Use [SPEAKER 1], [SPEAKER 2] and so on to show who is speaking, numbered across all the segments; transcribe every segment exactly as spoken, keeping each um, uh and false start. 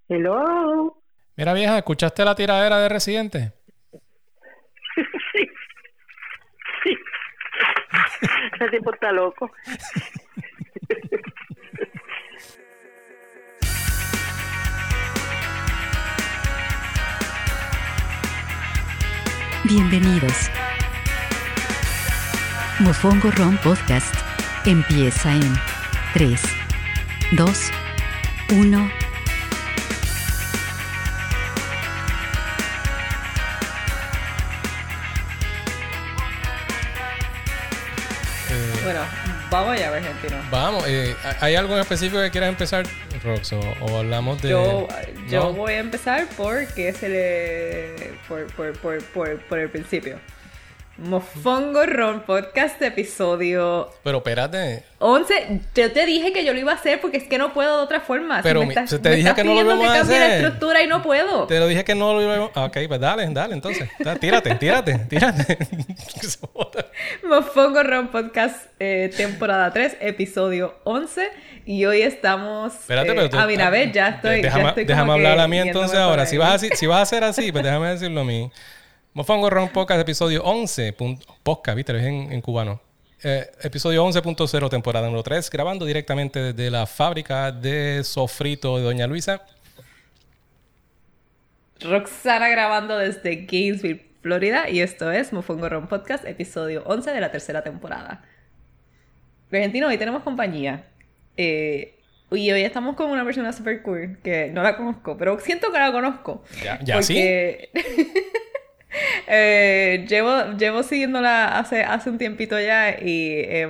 [SPEAKER 1] Hello.
[SPEAKER 2] Mira, vieja, ¿escuchaste la tiradera de Residente?
[SPEAKER 1] Sí. Sí. Ese tipo está loco.
[SPEAKER 3] Bienvenidos. Mofongo Ron Podcast empieza en tres, dos, uno.
[SPEAKER 4] Bueno, vamos allá, argentino.
[SPEAKER 2] Vamos, eh, ¿hay algo en específico que quieras empezar, Rox? O, o hablamos de...
[SPEAKER 4] Yo, yo
[SPEAKER 2] ¿no?
[SPEAKER 4] voy a empezar porque se le... Por, por, por, por, por el principio. Mofongo Ron Podcast episodio...
[SPEAKER 2] Pero espérate.
[SPEAKER 4] once. Yo te dije que yo lo iba a hacer porque es que no puedo de otra forma.
[SPEAKER 2] Pero
[SPEAKER 4] si
[SPEAKER 2] mi,
[SPEAKER 4] me estás,
[SPEAKER 2] te
[SPEAKER 4] me
[SPEAKER 2] dije
[SPEAKER 4] estás
[SPEAKER 2] que no lo
[SPEAKER 4] pidiendo
[SPEAKER 2] íbamos a
[SPEAKER 4] que cambie la
[SPEAKER 2] hacer.
[SPEAKER 4] estructura y no puedo.
[SPEAKER 2] Te lo dije que no lo íbamos a... Ok, pues dale, dale, entonces. Da, tírate, tírate, tírate.
[SPEAKER 4] Mofongo Ron Podcast eh, temporada tres, episodio once. Y hoy estamos...
[SPEAKER 2] Espérate,
[SPEAKER 4] eh,
[SPEAKER 2] pero tú...
[SPEAKER 4] a mí, a ver, ya estoy...
[SPEAKER 2] Déjame,
[SPEAKER 4] ya estoy como
[SPEAKER 2] déjame
[SPEAKER 4] que
[SPEAKER 2] hablar a mí
[SPEAKER 4] yéndome
[SPEAKER 2] entonces
[SPEAKER 4] por
[SPEAKER 2] ahora.
[SPEAKER 4] ahí.
[SPEAKER 2] Si vas, a, si vas a hacer así, pues déjame decirlo a mí. Mofongo Ron Podcast episodio once. Punto, podcast, ¿viste? Es en, en cubano. Eh, episodio once punto cero, temporada número tres, grabando directamente desde la fábrica de sofrito de Doña Luisa.
[SPEAKER 4] Roxana grabando desde Gainesville, Florida, y esto es Mofongo Ron Podcast, episodio once de la tercera temporada. Argentino, hoy tenemos compañía. Eh, y hoy estamos con una persona super cool, que no la conozco, pero siento que la conozco.
[SPEAKER 2] Ya, ya
[SPEAKER 4] porque... sí. Eh, llevo, llevo siguiéndola hace, hace un tiempito ya y eh,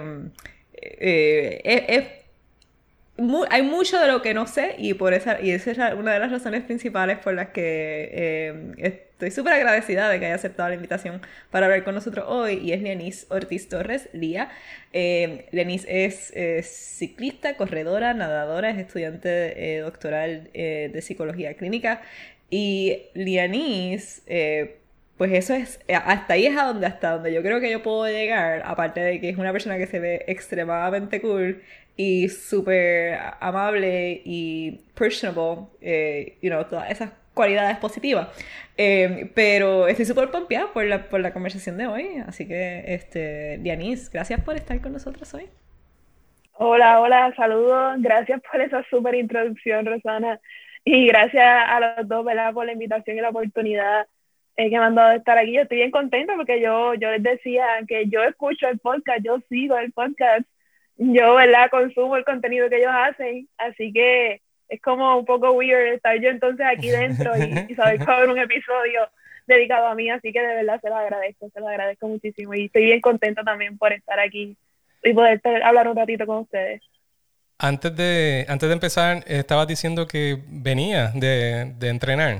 [SPEAKER 4] eh, eh, eh, mu- hay mucho de lo que no sé y por esa y esa es la- una de las razones principales por las que eh, estoy súper agradecida de que haya aceptado la invitación para hablar con nosotros hoy, y es Lianis Ortiz Torres, Lía. Eh, Lianis es eh, ciclista, corredora, nadadora, es estudiante eh, doctoral eh, de psicología clínica, y Lianis... Eh, Pues eso es, hasta ahí es a donde, hasta donde yo creo que yo puedo llegar, aparte de que es una persona que se ve extremadamente cool y súper amable y personable, eh, you know, todas esas cualidades positivas. Eh, pero estoy súper pompeada por la, por la conversación de hoy, así que, este, Lianis, gracias por estar con nosotros hoy.
[SPEAKER 5] Hola, hola, saludos, gracias por esa súper introducción, Rosana, y gracias a los dos, ¿verdad?, por la invitación y la oportunidad Eh, que me han dado de estar aquí. Yo estoy bien contenta porque yo, yo les decía que yo escucho el podcast, yo sigo el podcast, yo, ¿verdad?, consumo el contenido que ellos hacen, así que es como un poco weird estar yo entonces aquí dentro y, y saber que va a haber un episodio dedicado a mí, así que de verdad se lo agradezco, se lo agradezco muchísimo, y estoy bien contenta también por estar aquí y poder estar, hablar un ratito con ustedes.
[SPEAKER 2] Antes de, antes de empezar, estabas diciendo que venía de, de entrenar.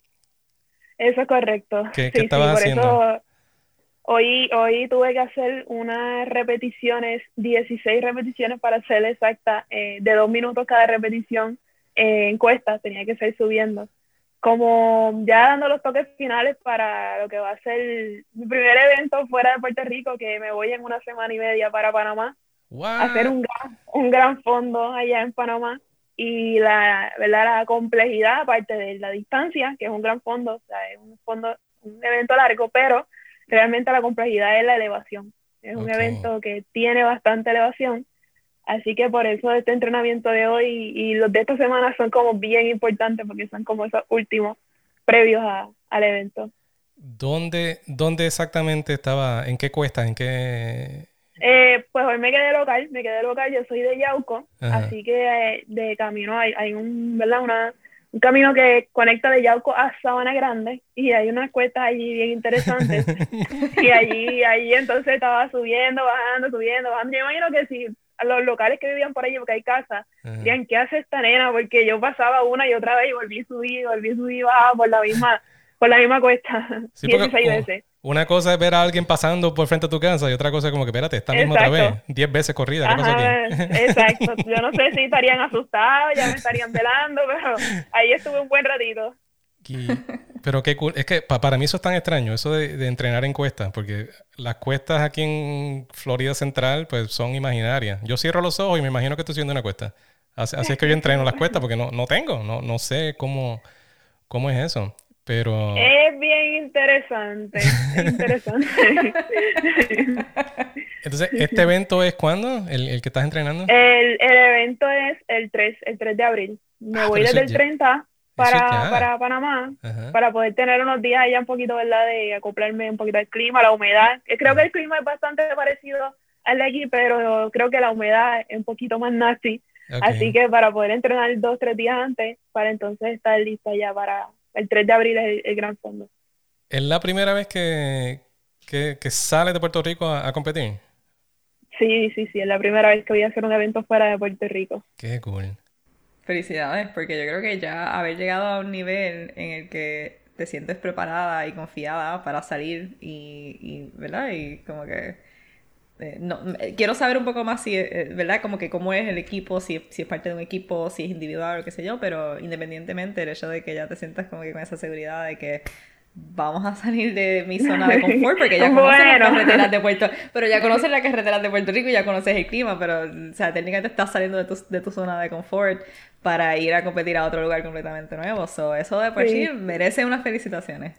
[SPEAKER 5] Eso es correcto.
[SPEAKER 2] ¿Qué,
[SPEAKER 5] sí,
[SPEAKER 2] ¿qué estabas
[SPEAKER 5] sí, por
[SPEAKER 2] haciendo?
[SPEAKER 5] eso hoy, hoy tuve que hacer unas repeticiones, dieciséis repeticiones para ser exacta, eh, de dos minutos cada repetición, eh, en cuestas, tenía que seguir subiendo. Como ya dando los toques finales para lo que va a ser mi primer evento fuera de Puerto Rico, que me voy en una semana y media para Panamá,
[SPEAKER 2] What?
[SPEAKER 5] a hacer un gran, un gran fondo allá en Panamá. Y la, ¿verdad?, la complejidad, aparte de la distancia, que es un gran fondo, o sea, es un fondo, un evento largo, pero realmente la complejidad es la elevación. Es un
[SPEAKER 2] Okay.
[SPEAKER 5] evento que tiene bastante elevación, así que por eso este entrenamiento de hoy y, y los de esta semana son como bien importantes, porque son como esos últimos previos a, al evento.
[SPEAKER 2] ¿Dónde, ¿Dónde exactamente estaba? ¿En qué cuesta? ¿En qué...?
[SPEAKER 5] Eh, pues hoy me quedé local, me quedé local, yo soy de Yauco,
[SPEAKER 2] Ajá.
[SPEAKER 5] así que eh, de camino hay, hay un, ¿verdad?, una, un camino que conecta de Yauco a Sabana Grande, y hay unas cuestas allí bien interesantes, y allí, allí entonces estaba subiendo, bajando, subiendo, bajando. Yo imagino que si a los locales que vivían por allí, porque hay casas, dirían, ¿qué hace esta nena? Porque yo pasaba una y otra vez y volví a subir, volví a subir, bajaba por la misma, por la misma cuesta,
[SPEAKER 2] Sí, porque,
[SPEAKER 5] dieciséis
[SPEAKER 2] oh,
[SPEAKER 5] veces.
[SPEAKER 2] Una cosa es ver a alguien pasando por frente a tu casa y otra cosa es como que, espérate, esta misma otra vez, diez veces corrida, ¿qué pasa aquí?
[SPEAKER 5] Exacto, yo no sé si estarían asustados, ya me estarían velando, pero ahí estuve un buen ratito.
[SPEAKER 2] Y, pero qué cool, es que pa, para mí eso es tan extraño, eso de, de entrenar en cuestas, porque las cuestas aquí en Florida Central pues son imaginarias. Yo cierro los ojos y me imagino que estoy subiendo una cuesta. Así, así es que yo entreno las cuestas porque no, no tengo, no, no sé cómo, cómo es eso. Pero...
[SPEAKER 5] Es bien interesante, es interesante.
[SPEAKER 2] Entonces, ¿este evento es cuándo? ¿El, el que estás entrenando?
[SPEAKER 5] El, el evento es el tres, el tres de abril. Me
[SPEAKER 2] Ah,
[SPEAKER 5] voy
[SPEAKER 2] pero eso
[SPEAKER 5] desde
[SPEAKER 2] es
[SPEAKER 5] el
[SPEAKER 2] ya.
[SPEAKER 5] treinta
[SPEAKER 2] Eso es
[SPEAKER 5] para,
[SPEAKER 2] ya.
[SPEAKER 5] para Panamá,
[SPEAKER 2] Ajá.
[SPEAKER 5] para poder tener unos días allá un poquito, ¿verdad? De acoplarme un poquito al clima, la humedad. Eh, Creo que el clima es bastante parecido al de aquí, pero creo que la humedad es un poquito más nasty.
[SPEAKER 2] Ok.
[SPEAKER 5] Así que para poder entrenar dos, tres días antes, para entonces estar lista ya para el tres de abril es el, el gran fondo.
[SPEAKER 2] ¿Es la primera vez que, que, que sales de Puerto Rico a, a competir?
[SPEAKER 5] Sí, sí, sí, es la primera vez que voy a hacer un evento fuera de Puerto Rico.
[SPEAKER 2] Qué cool.
[SPEAKER 4] Felicidades, porque yo creo que ya haber llegado a un nivel en el que te sientes preparada y confiada para salir y, y ¿verdad? Y como que... eh, no, eh, quiero saber un poco más si, eh, ¿verdad? Como que cómo es el equipo, si, si es parte de un equipo, si es individual o qué sé yo, pero independientemente el hecho de que ya te sientas como que con esa seguridad de que vamos a salir de mi zona de confort, porque ya conoces
[SPEAKER 5] Bueno.
[SPEAKER 4] las carreteras de Puerto pero ya conoces las carreteras de Puerto Rico y ya conoces el clima, pero, o sea, técnicamente estás saliendo de tu, de tu zona de confort para ir a competir a otro lugar completamente nuevo. So, eso de por sí
[SPEAKER 5] Sí.
[SPEAKER 4] merece unas felicitaciones.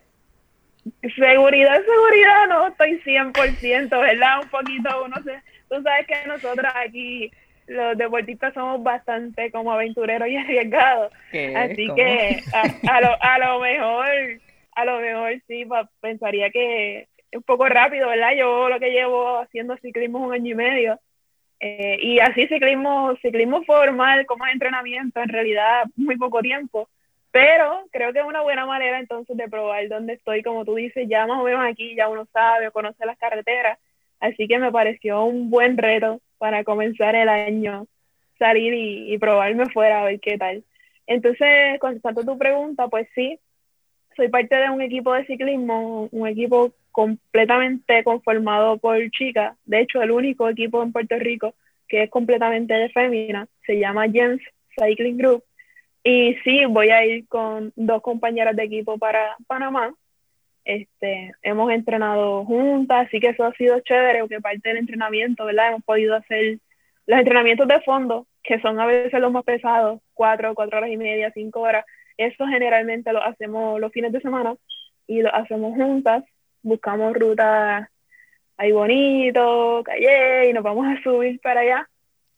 [SPEAKER 5] Seguridad, seguridad, no estoy cien por ciento, ¿verdad? Un poquito, uno se... Tú sabes que nosotros aquí, los deportistas, somos bastante como aventureros y arriesgados.
[SPEAKER 4] ¿Qué?
[SPEAKER 5] Así
[SPEAKER 4] ¿Cómo?
[SPEAKER 5] que a, a, lo, a lo mejor, a lo mejor sí, pa- pensaría que es un poco rápido, ¿verdad? Yo lo que llevo haciendo ciclismo es un año y medio. Eh, y así ciclismo, ciclismo formal, como entrenamiento, en realidad muy poco tiempo. Pero creo que es una buena manera entonces de probar dónde estoy, como tú dices, ya más o menos aquí ya uno sabe o conoce las carreteras, así que me pareció un buen reto para comenzar el año, salir y, y probarme fuera a ver qué tal. Entonces, contestando tu pregunta, pues sí, soy parte de un equipo de ciclismo, un equipo completamente conformado por chicas, de hecho el único equipo en Puerto Rico que es completamente de féminas, se llama Gens Cycling Group. Y sí, voy a ir con dos compañeras de equipo para Panamá. Este, hemos entrenado juntas, así que eso ha sido chévere, porque parte del entrenamiento, ¿verdad? Hemos podido hacer los entrenamientos de fondo, que son a veces los más pesados, cuatro, cuatro horas y media, cinco horas. Eso generalmente lo hacemos los fines de semana y lo hacemos juntas. Buscamos rutas ahí bonito, calle, y nos vamos a subir para allá.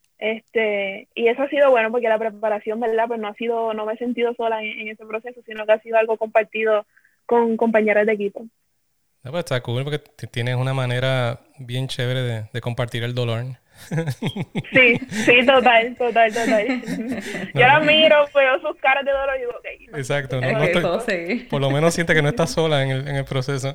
[SPEAKER 5] Este, y eso ha sido bueno porque la preparación, ¿verdad? Pues no ha sido, no me he sentido sola en, en ese proceso, sino que ha sido algo compartido con compañeras de equipo.
[SPEAKER 2] No, pues está cool porque t- tienes una manera bien chévere de, de compartir el dolor.
[SPEAKER 5] Sí, sí, total, total, total. Yo la miro, veo sus caras de dolor y digo, ok.
[SPEAKER 2] Exacto, no,
[SPEAKER 4] Ok,
[SPEAKER 2] no estoy-
[SPEAKER 4] puedo seguir.
[SPEAKER 2] por lo menos siente que no estás sola en el, en el proceso.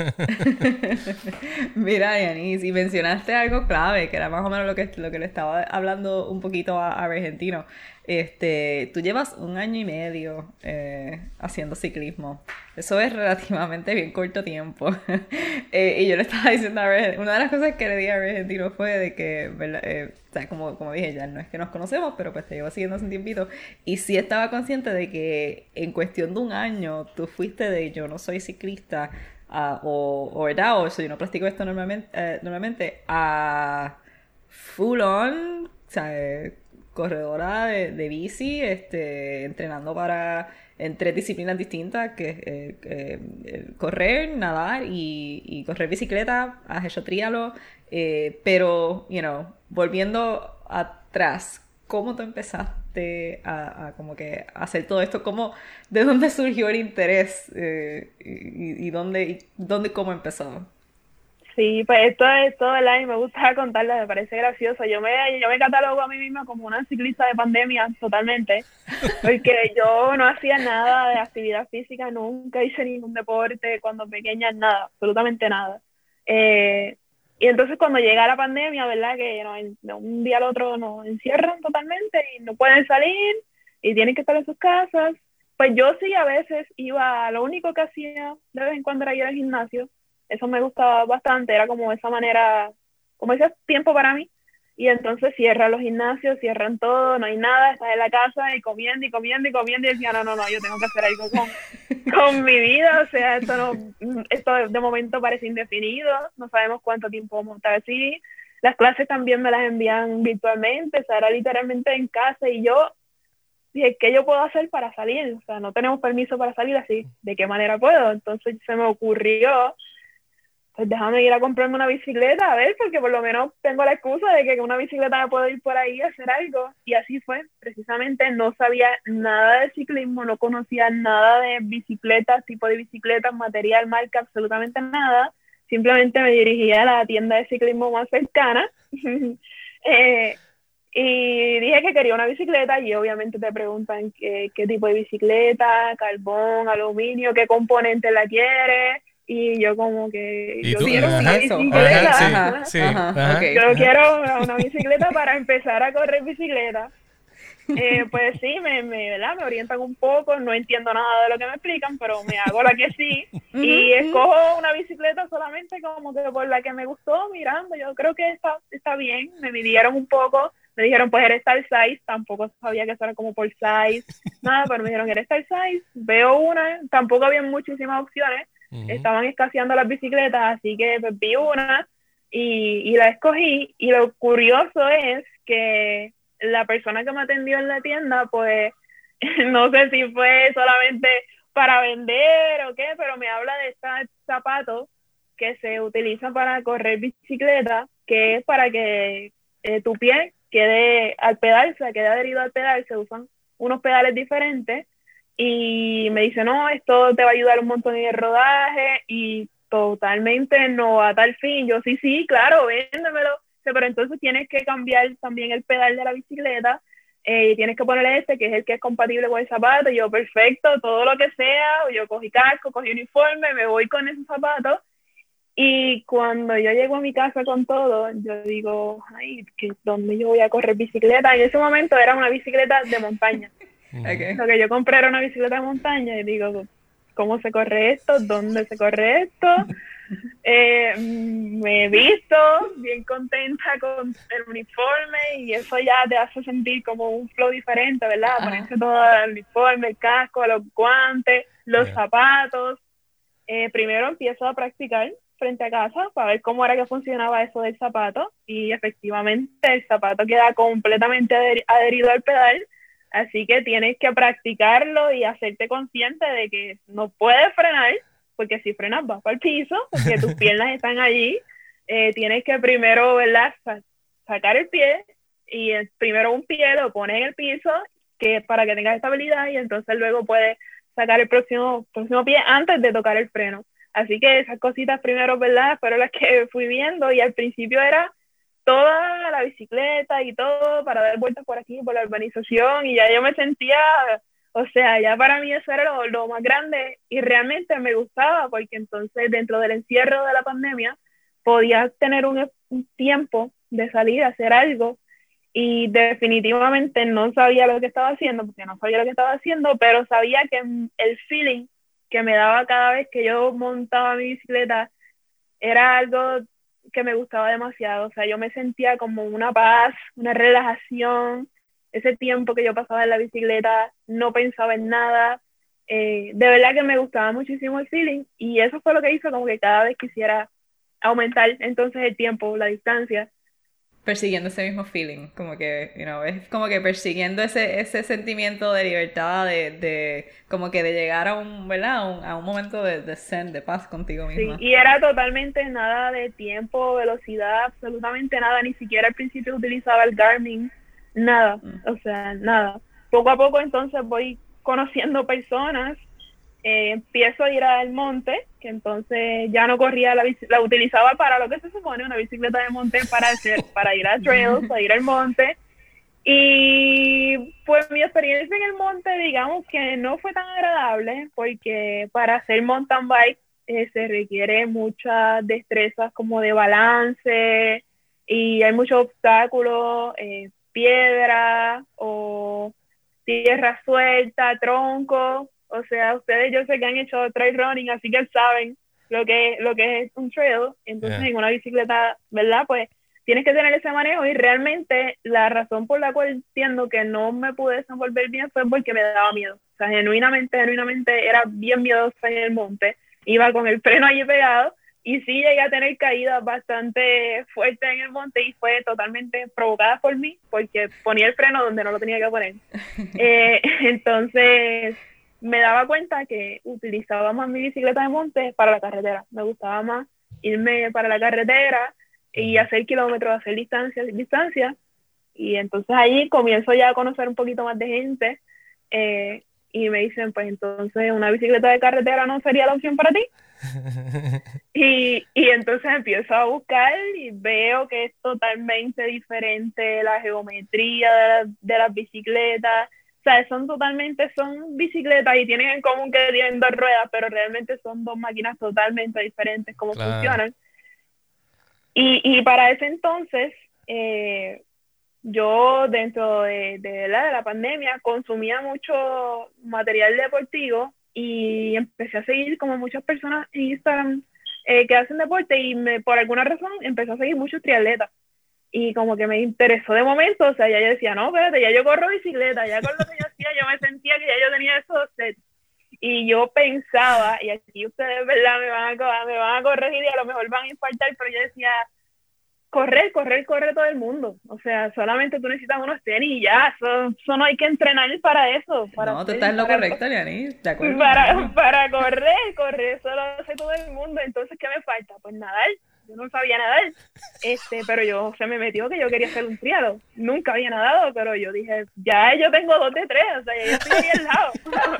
[SPEAKER 4] Mira, Yanis, y mencionaste algo clave, que era más o menos lo que, lo que le estaba hablando un poquito a, a Argentino. Este, tú llevas un año y medio eh, haciendo ciclismo. Eso es relativamente bien corto tiempo. eh, y yo le estaba diciendo a Argentino, una de las cosas que le dije a Argentino fue de que, ¿verdad? Eh, o sea, como, como dije, ya no es que nos conocemos, pero pues te llevo siguiendo hace un tiempito. Y sí estaba consciente de que en cuestión de un año tú fuiste de yo no soy ciclista a, o, o, ¿verdad? O yo no practico esto normalmente, eh, normalmente a full on, o sea, eh, corredora de, de bici, este, entrenando para en tres disciplinas distintas, que es eh, eh, correr, nadar y, y correr bicicleta. Has hecho trialo, eh, pero, you know, volviendo atrás, ¿cómo tú empezaste a, a como que hacer todo esto? ¿Cómo, de dónde surgió el interés eh, y, y dónde, y dónde, cómo empezó?
[SPEAKER 5] Sí, pues esto es todo, ¿verdad? Y me gusta contarlo, me parece gracioso. Yo me, yo me catalogo a mí misma como una ciclista de pandemia, totalmente, porque yo no hacía nada de actividad física, nunca hice ningún deporte cuando pequeña, nada, absolutamente nada. Eh, y entonces cuando llega la pandemia, ¿verdad? Que no, de un día al otro nos encierran totalmente y no pueden salir y tienen que estar en sus casas. Pues yo sí a veces iba, lo único que hacía de vez en cuando era ir al gimnasio. Eso me gustaba bastante, era como esa manera, como ese tiempo para mí. Y entonces cierran los gimnasios, cierran todo, no hay nada, estás en la casa y comiendo y comiendo y comiendo y decía, no, no, no, yo tengo que hacer algo con, con mi vida, o sea, esto no, esto de momento parece indefinido, no sabemos cuánto tiempo vamos a estar así. las clases también me las envían virtualmente, o sea, era literalmente en casa y yo dije, ¿qué yo puedo hacer para salir? O sea, no tenemos permiso para salir así, ¿de qué manera puedo? Entonces se me ocurrió, pues déjame ir a comprarme una bicicleta, a ver, porque por lo menos tengo la excusa de que con una bicicleta me puedo ir por ahí a hacer algo. Y así fue, precisamente no sabía nada de ciclismo, no conocía nada de bicicletas, tipo de bicicletas, material, marca, absolutamente nada. Simplemente me dirigí a la tienda de ciclismo más cercana eh, y dije que quería una bicicleta y obviamente te preguntan qué, qué tipo de bicicleta, carbón, aluminio, qué componentes la quieres. Y yo como que
[SPEAKER 2] ¿Y
[SPEAKER 5] yo
[SPEAKER 2] tú?
[SPEAKER 5] quiero
[SPEAKER 2] Ajá,
[SPEAKER 5] una
[SPEAKER 4] eso,
[SPEAKER 5] bicicleta.
[SPEAKER 2] ajá, sí,
[SPEAKER 4] Ajá,
[SPEAKER 2] sí,
[SPEAKER 4] ajá,
[SPEAKER 2] ajá,
[SPEAKER 4] ok.
[SPEAKER 5] Yo
[SPEAKER 2] ajá.
[SPEAKER 5] quiero una bicicleta para empezar a correr bicicleta. Eh, pues sí, me, me, ¿verdad? me orientan un poco, no entiendo nada de lo que me explican, pero me hago la que sí. Y escojo una bicicleta solamente como que por la que me gustó, mirando. Yo creo que está, está bien. Me midieron un poco, me dijeron, pues eres tal size. Tampoco sabía que eso era como por size, nada, pero me dijeron, eres tal size. Veo una, tampoco había muchísimas opciones.
[SPEAKER 2] Ujú.
[SPEAKER 5] Estaban escaseando las bicicletas, así que pues, vi una y, y la escogí. Y lo curioso es que la persona que me atendió en la tienda, pues no sé si fue solamente para vender o qué, pero me habla de estos zapatos que se utilizan para correr bicicleta, que es para que eh, tu pie quede al pedal, o sea, quede adherido al pedal. Se usan unos pedales diferentes y me dice, no, esto te va a ayudar un montón en el rodaje y totalmente no a tal fin. Yo, sí, sí, claro, véndemelo. Pero entonces tienes que cambiar también el pedal de la bicicleta, eh, tienes que ponerle este, que es el que es compatible con el zapato. Y yo, perfecto, todo lo que sea. Yo cogí casco, cogí uniforme, me voy con esos zapatos. Y cuando yo llego a mi casa con todo, yo digo, ay, ¿qué, ¿dónde yo voy a correr bicicleta? En ese momento era una bicicleta de montaña.
[SPEAKER 4] Okay.
[SPEAKER 5] Lo que yo compré era una bicicleta de montaña y digo, ¿cómo se corre esto? ¿Dónde se corre esto? Eh, me he visto bien contenta con el uniforme y eso ya te hace sentir como un flow diferente, ¿verdad?
[SPEAKER 4] Ajá.
[SPEAKER 5] Ponerse todo el uniforme, el casco, los guantes, los
[SPEAKER 2] Yeah.
[SPEAKER 5] zapatos. Eh, primero empiezo a practicar frente a casa para ver cómo era que funcionaba eso del zapato y efectivamente el zapato queda completamente adher- adherido al pedal, así que tienes que practicarlo y hacerte consciente de que no puedes frenar, porque si frenas vas para el piso, porque tus piernas están allí. Eh, tienes que primero, ¿verdad?, Sa- sacar el pie y el, primero un pie lo pones en el piso que para que tengas estabilidad y entonces luego puedes sacar el próximo, próximo pie antes de tocar el freno. Así que esas cositas primero, ¿verdad?, fueron las que fui viendo y al principio era toda la bicicleta y todo para dar vueltas por aquí, por la urbanización y ya yo me sentía, o sea, ya para mí eso era lo, lo más grande y realmente me gustaba porque entonces dentro del encierro de la pandemia podías tener un, un tiempo de salir a hacer algo y definitivamente no sabía lo que estaba haciendo, porque no sabía lo que estaba haciendo, pero sabía que el feeling que me daba cada vez que yo montaba mi bicicleta era algo que me gustaba demasiado. O sea, yo me sentía como una paz, una relajación. Ese tiempo que yo pasaba en la bicicleta, no pensaba en nada. Eh, de verdad que me gustaba muchísimo el feeling y eso fue lo que hizo como que cada vez quisiera aumentar entonces el tiempo, la distancia.
[SPEAKER 4] Persiguiendo ese mismo feeling, como que, you know, es como que persiguiendo ese, ese sentimiento de libertad, de, de como que de llegar a un, ¿verdad? A un, a un momento de, de zen, de paz contigo
[SPEAKER 5] Sí,
[SPEAKER 4] misma.
[SPEAKER 5] y era totalmente nada de tiempo, velocidad, absolutamente nada, ni siquiera al principio utilizaba el Garmin, nada,
[SPEAKER 4] Mm.
[SPEAKER 5] o sea, nada. Poco a poco entonces voy conociendo personas, eh, empiezo a ir al monte, que entonces ya no corría la bici, la utilizaba para lo que se supone una bicicleta de monte para hacer, para ir a trails, para ir al monte. Y pues mi experiencia en el monte, digamos que no fue tan agradable, porque para hacer mountain bike eh, se requiere muchas destrezas como de balance y hay muchos obstáculos, eh, piedra o tierra suelta, tronco. O sea, ustedes yo sé que han hecho trail running, así que saben lo que, lo que es un trail. Entonces
[SPEAKER 2] Yeah.
[SPEAKER 5] en una bicicleta, ¿verdad? Pues tienes que tener ese manejo y realmente la razón por la cual entiendo que no me pude desenvolver bien fue porque me daba miedo. O sea, genuinamente, genuinamente era bien miedosa en el monte. Iba con el freno allí pegado y sí llegué a tener caídas bastante fuertes en el monte y fue totalmente provocada por mí, porque ponía el freno donde no lo tenía que poner. Eh, entonces me daba cuenta que utilizaba más mi bicicleta de monte para la carretera. Me gustaba más irme para la carretera y hacer kilómetros, hacer distancias, distancias. Y entonces ahí comienzo ya a conocer un poquito más de gente. Eh, y me dicen, pues entonces una bicicleta de carretera no sería la opción para ti. y, y entonces empiezo a buscar y veo que es totalmente diferente la geometría de, la, de las bicicletas. O sea, son totalmente, son bicicletas y tienen en común que tienen dos ruedas, pero realmente son dos máquinas totalmente diferentes cómo
[SPEAKER 2] Claro.
[SPEAKER 5] funcionan. Y, y para ese entonces, eh, yo dentro de, de, la, de la pandemia consumía mucho material deportivo y empecé a seguir como muchas personas en Instagram eh, que hacen deporte y me, por alguna razón empecé a seguir muchos triatletas y como que me interesó de momento, o sea, ya yo decía, no, espérate, ya yo corro bicicleta, ya con lo que yo hacía yo me sentía que ya yo tenía esos sets y yo pensaba, y aquí ustedes, ¿verdad? Me van a, me van a corregir y a lo mejor van a infartar, pero yo decía, correr, correr, corre todo el mundo. O sea, solamente tú necesitas unos tenis y ya. Eso, eso no hay que entrenar para eso. Para
[SPEAKER 4] no, tú
[SPEAKER 5] hacer,
[SPEAKER 4] estás en lo
[SPEAKER 5] para,
[SPEAKER 4] correcto, Liani. De acuerdo.
[SPEAKER 5] Para, para correr, correr, eso lo hace todo el mundo. Entonces, ¿qué me falta? Pues nadar. Yo no sabía nadar. Este, pero yo, se me metió que yo quería hacer un trialo. Nunca había nadado, pero yo dije, ya yo tengo dos de tres. O sea, ya yo estoy ahí al lado.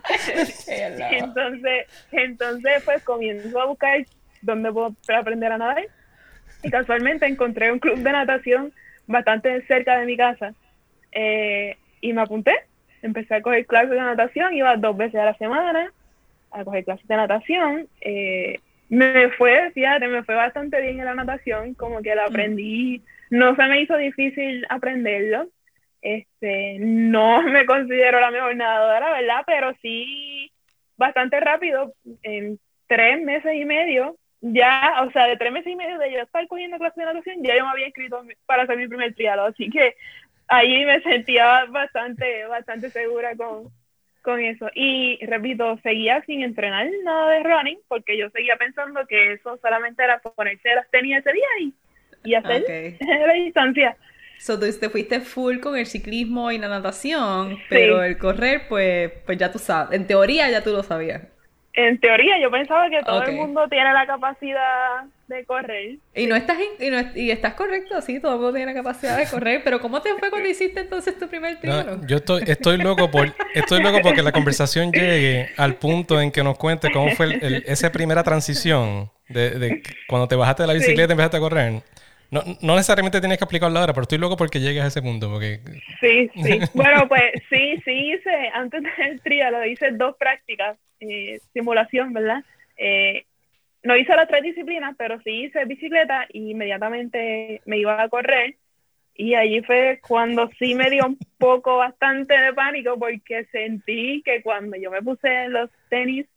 [SPEAKER 4] al lado.
[SPEAKER 5] entonces, entonces, pues, comienzo a buscar dónde puedo aprender a nadar. Y casualmente encontré un club de natación bastante cerca de mi casa eh, y me apunté. Empecé a coger clases de natación, iba dos veces a la semana a coger clases de natación. Eh, me fue, fíjate, me fue bastante bien en la natación, como que la aprendí, no se me hizo difícil aprenderlo. Este, no me considero la mejor nadadora, ¿verdad? Pero sí bastante rápido, en tres meses y medio. Ya, o sea, de tres meses y medio de yo estar cogiendo clases de natación, ya yo me había inscrito para hacer mi primer trialo, así que ahí me sentía bastante, bastante segura con, con eso. Y repito, seguía sin entrenar nada de running, porque yo seguía pensando que eso solamente era ponerse las tenis ese día y, y hacer
[SPEAKER 4] Okay.
[SPEAKER 5] la distancia.
[SPEAKER 4] So, tú te fuiste full con el ciclismo y la natación,
[SPEAKER 5] Sí.
[SPEAKER 4] pero el correr, pues, pues ya tú sabes, en teoría ya tú lo sabías.
[SPEAKER 5] En teoría, yo pensaba que todo
[SPEAKER 4] Okay.
[SPEAKER 5] el mundo tiene la capacidad de correr.
[SPEAKER 4] Y no estás en- y, no, y estás correcto, sí, todo el mundo tiene la capacidad de correr, pero ¿cómo te fue cuando hiciste entonces tu primer trialo?
[SPEAKER 2] No, yo estoy, estoy loco por, estoy loco porque la conversación llegue al punto en que nos cuente cómo fue el- el- esa primera transición de, de cuando te bajaste de la bicicleta y empezaste a correr. No, no necesariamente tienes que explicarlo ahora, pero estoy loco porque llegues a ese punto. Porque...
[SPEAKER 5] Sí, sí. Bueno, pues sí, sí hice, antes del trialo hice dos prácticas, eh, simulación, ¿verdad? Eh, no hice las tres disciplinas, pero sí hice bicicleta y inmediatamente me iba a correr. Y allí fue cuando sí me dio un poco bastante de pánico porque sentí que cuando yo me puse los tenis,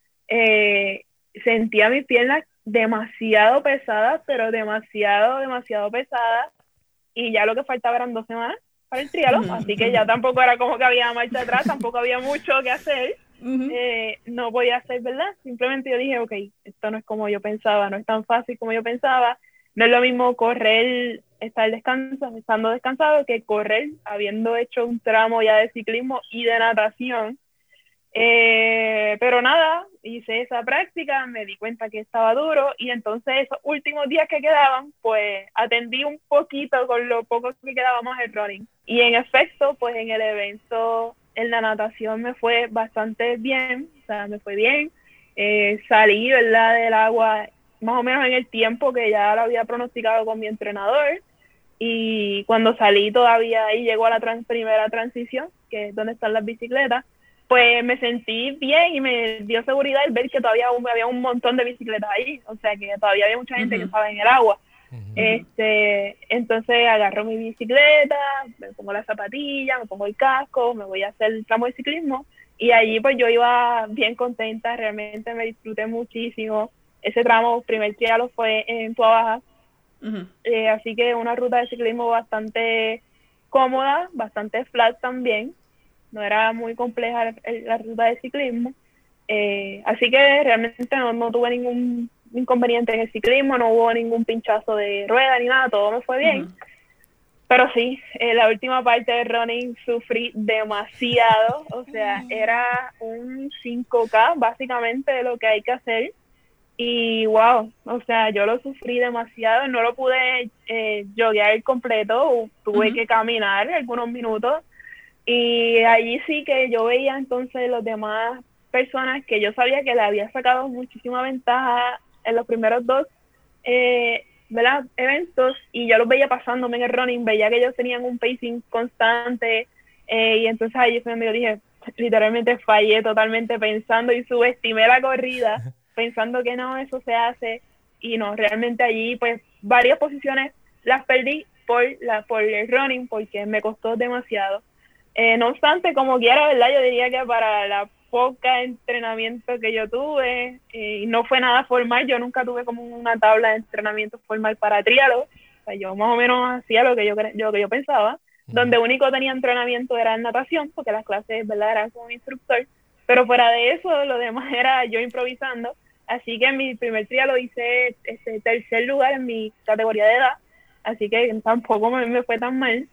[SPEAKER 5] eh, sentía mis piernas demasiado pesadas, pero demasiado, demasiado pesadas. Y ya lo que faltaba eran dos semanas para el trialo, así que ya tampoco era como que había marcha atrás, tampoco había mucho que hacer.
[SPEAKER 4] Uh-huh.
[SPEAKER 5] Eh, no podía hacer, ¿verdad? Simplemente yo dije, ok, esto no es como yo pensaba, no es tan fácil como yo pensaba. No es lo mismo correr, estar descansado, estando descansado, que correr habiendo hecho un tramo ya de ciclismo y de natación. Eh, pero nada, hice esa práctica, me di cuenta que estaba duro y entonces esos últimos días que quedaban, pues atendí un poquito con lo poco que quedaba más el running. Y en efecto, pues en el evento, en la natación me fue bastante bien, o sea, me fue bien. Eh, salí, ¿verdad?, del agua más o menos en el tiempo que ya lo había pronosticado con mi entrenador. Y cuando salí todavía ahí llegó a la trans, primera transición, que es donde están las bicicletas, pues me sentí bien y me dio seguridad el ver que todavía había un montón de bicicletas ahí, o sea que todavía había mucha gente uh-huh. que estaba en el agua. Uh-huh. Este, entonces agarro mi bicicleta, me pongo las zapatillas, me pongo el casco, me voy a hacer el tramo de ciclismo y allí pues yo iba bien contenta, realmente me disfruté muchísimo. Ese tramo, primer trialo fue en Tua Baja, uh-huh. eh, así que una ruta de ciclismo bastante cómoda, bastante flat también. No era muy compleja la, la ruta de ciclismo, eh, así que realmente no, no tuve ningún inconveniente en el ciclismo, no hubo ningún pinchazo de rueda ni nada, todo me fue bien. Uh-huh. Pero sí, en la última parte de running sufrí demasiado, o sea, era un cinco K básicamente de lo que hay que hacer. Y wow, o sea, yo lo sufrí demasiado, no lo pude eh, joguear completo, tuve uh-huh. que caminar algunos minutos. Y allí sí que yo veía entonces los demás personas que yo sabía que le había sacado muchísima ventaja en los primeros dos eh, ¿verdad? eventos, y yo los veía pasándome en el running, veía que ellos tenían un pacing constante, eh, y entonces ahí fue donde yo dije, literalmente fallé totalmente pensando y subestimé la corrida, pensando que no, eso se hace, y no, realmente allí pues varias posiciones las perdí por, la, por el running, porque me costó demasiado. Eh, no obstante, como quiera, ¿verdad? Yo diría que para la poca entrenamiento que yo tuve, eh, y no fue nada formal, yo nunca tuve como una tabla de entrenamiento formal para triatlón, o sea, yo más o menos hacía lo que yo, lo que yo pensaba, uh-huh. donde único tenía entrenamiento era en natación, porque las clases, ¿verdad?, eran con un instructor, pero fuera de eso, lo demás era yo improvisando, así que en mi primer triatlón hice este tercer lugar en mi categoría de edad, así que tampoco me, me fue tan mal,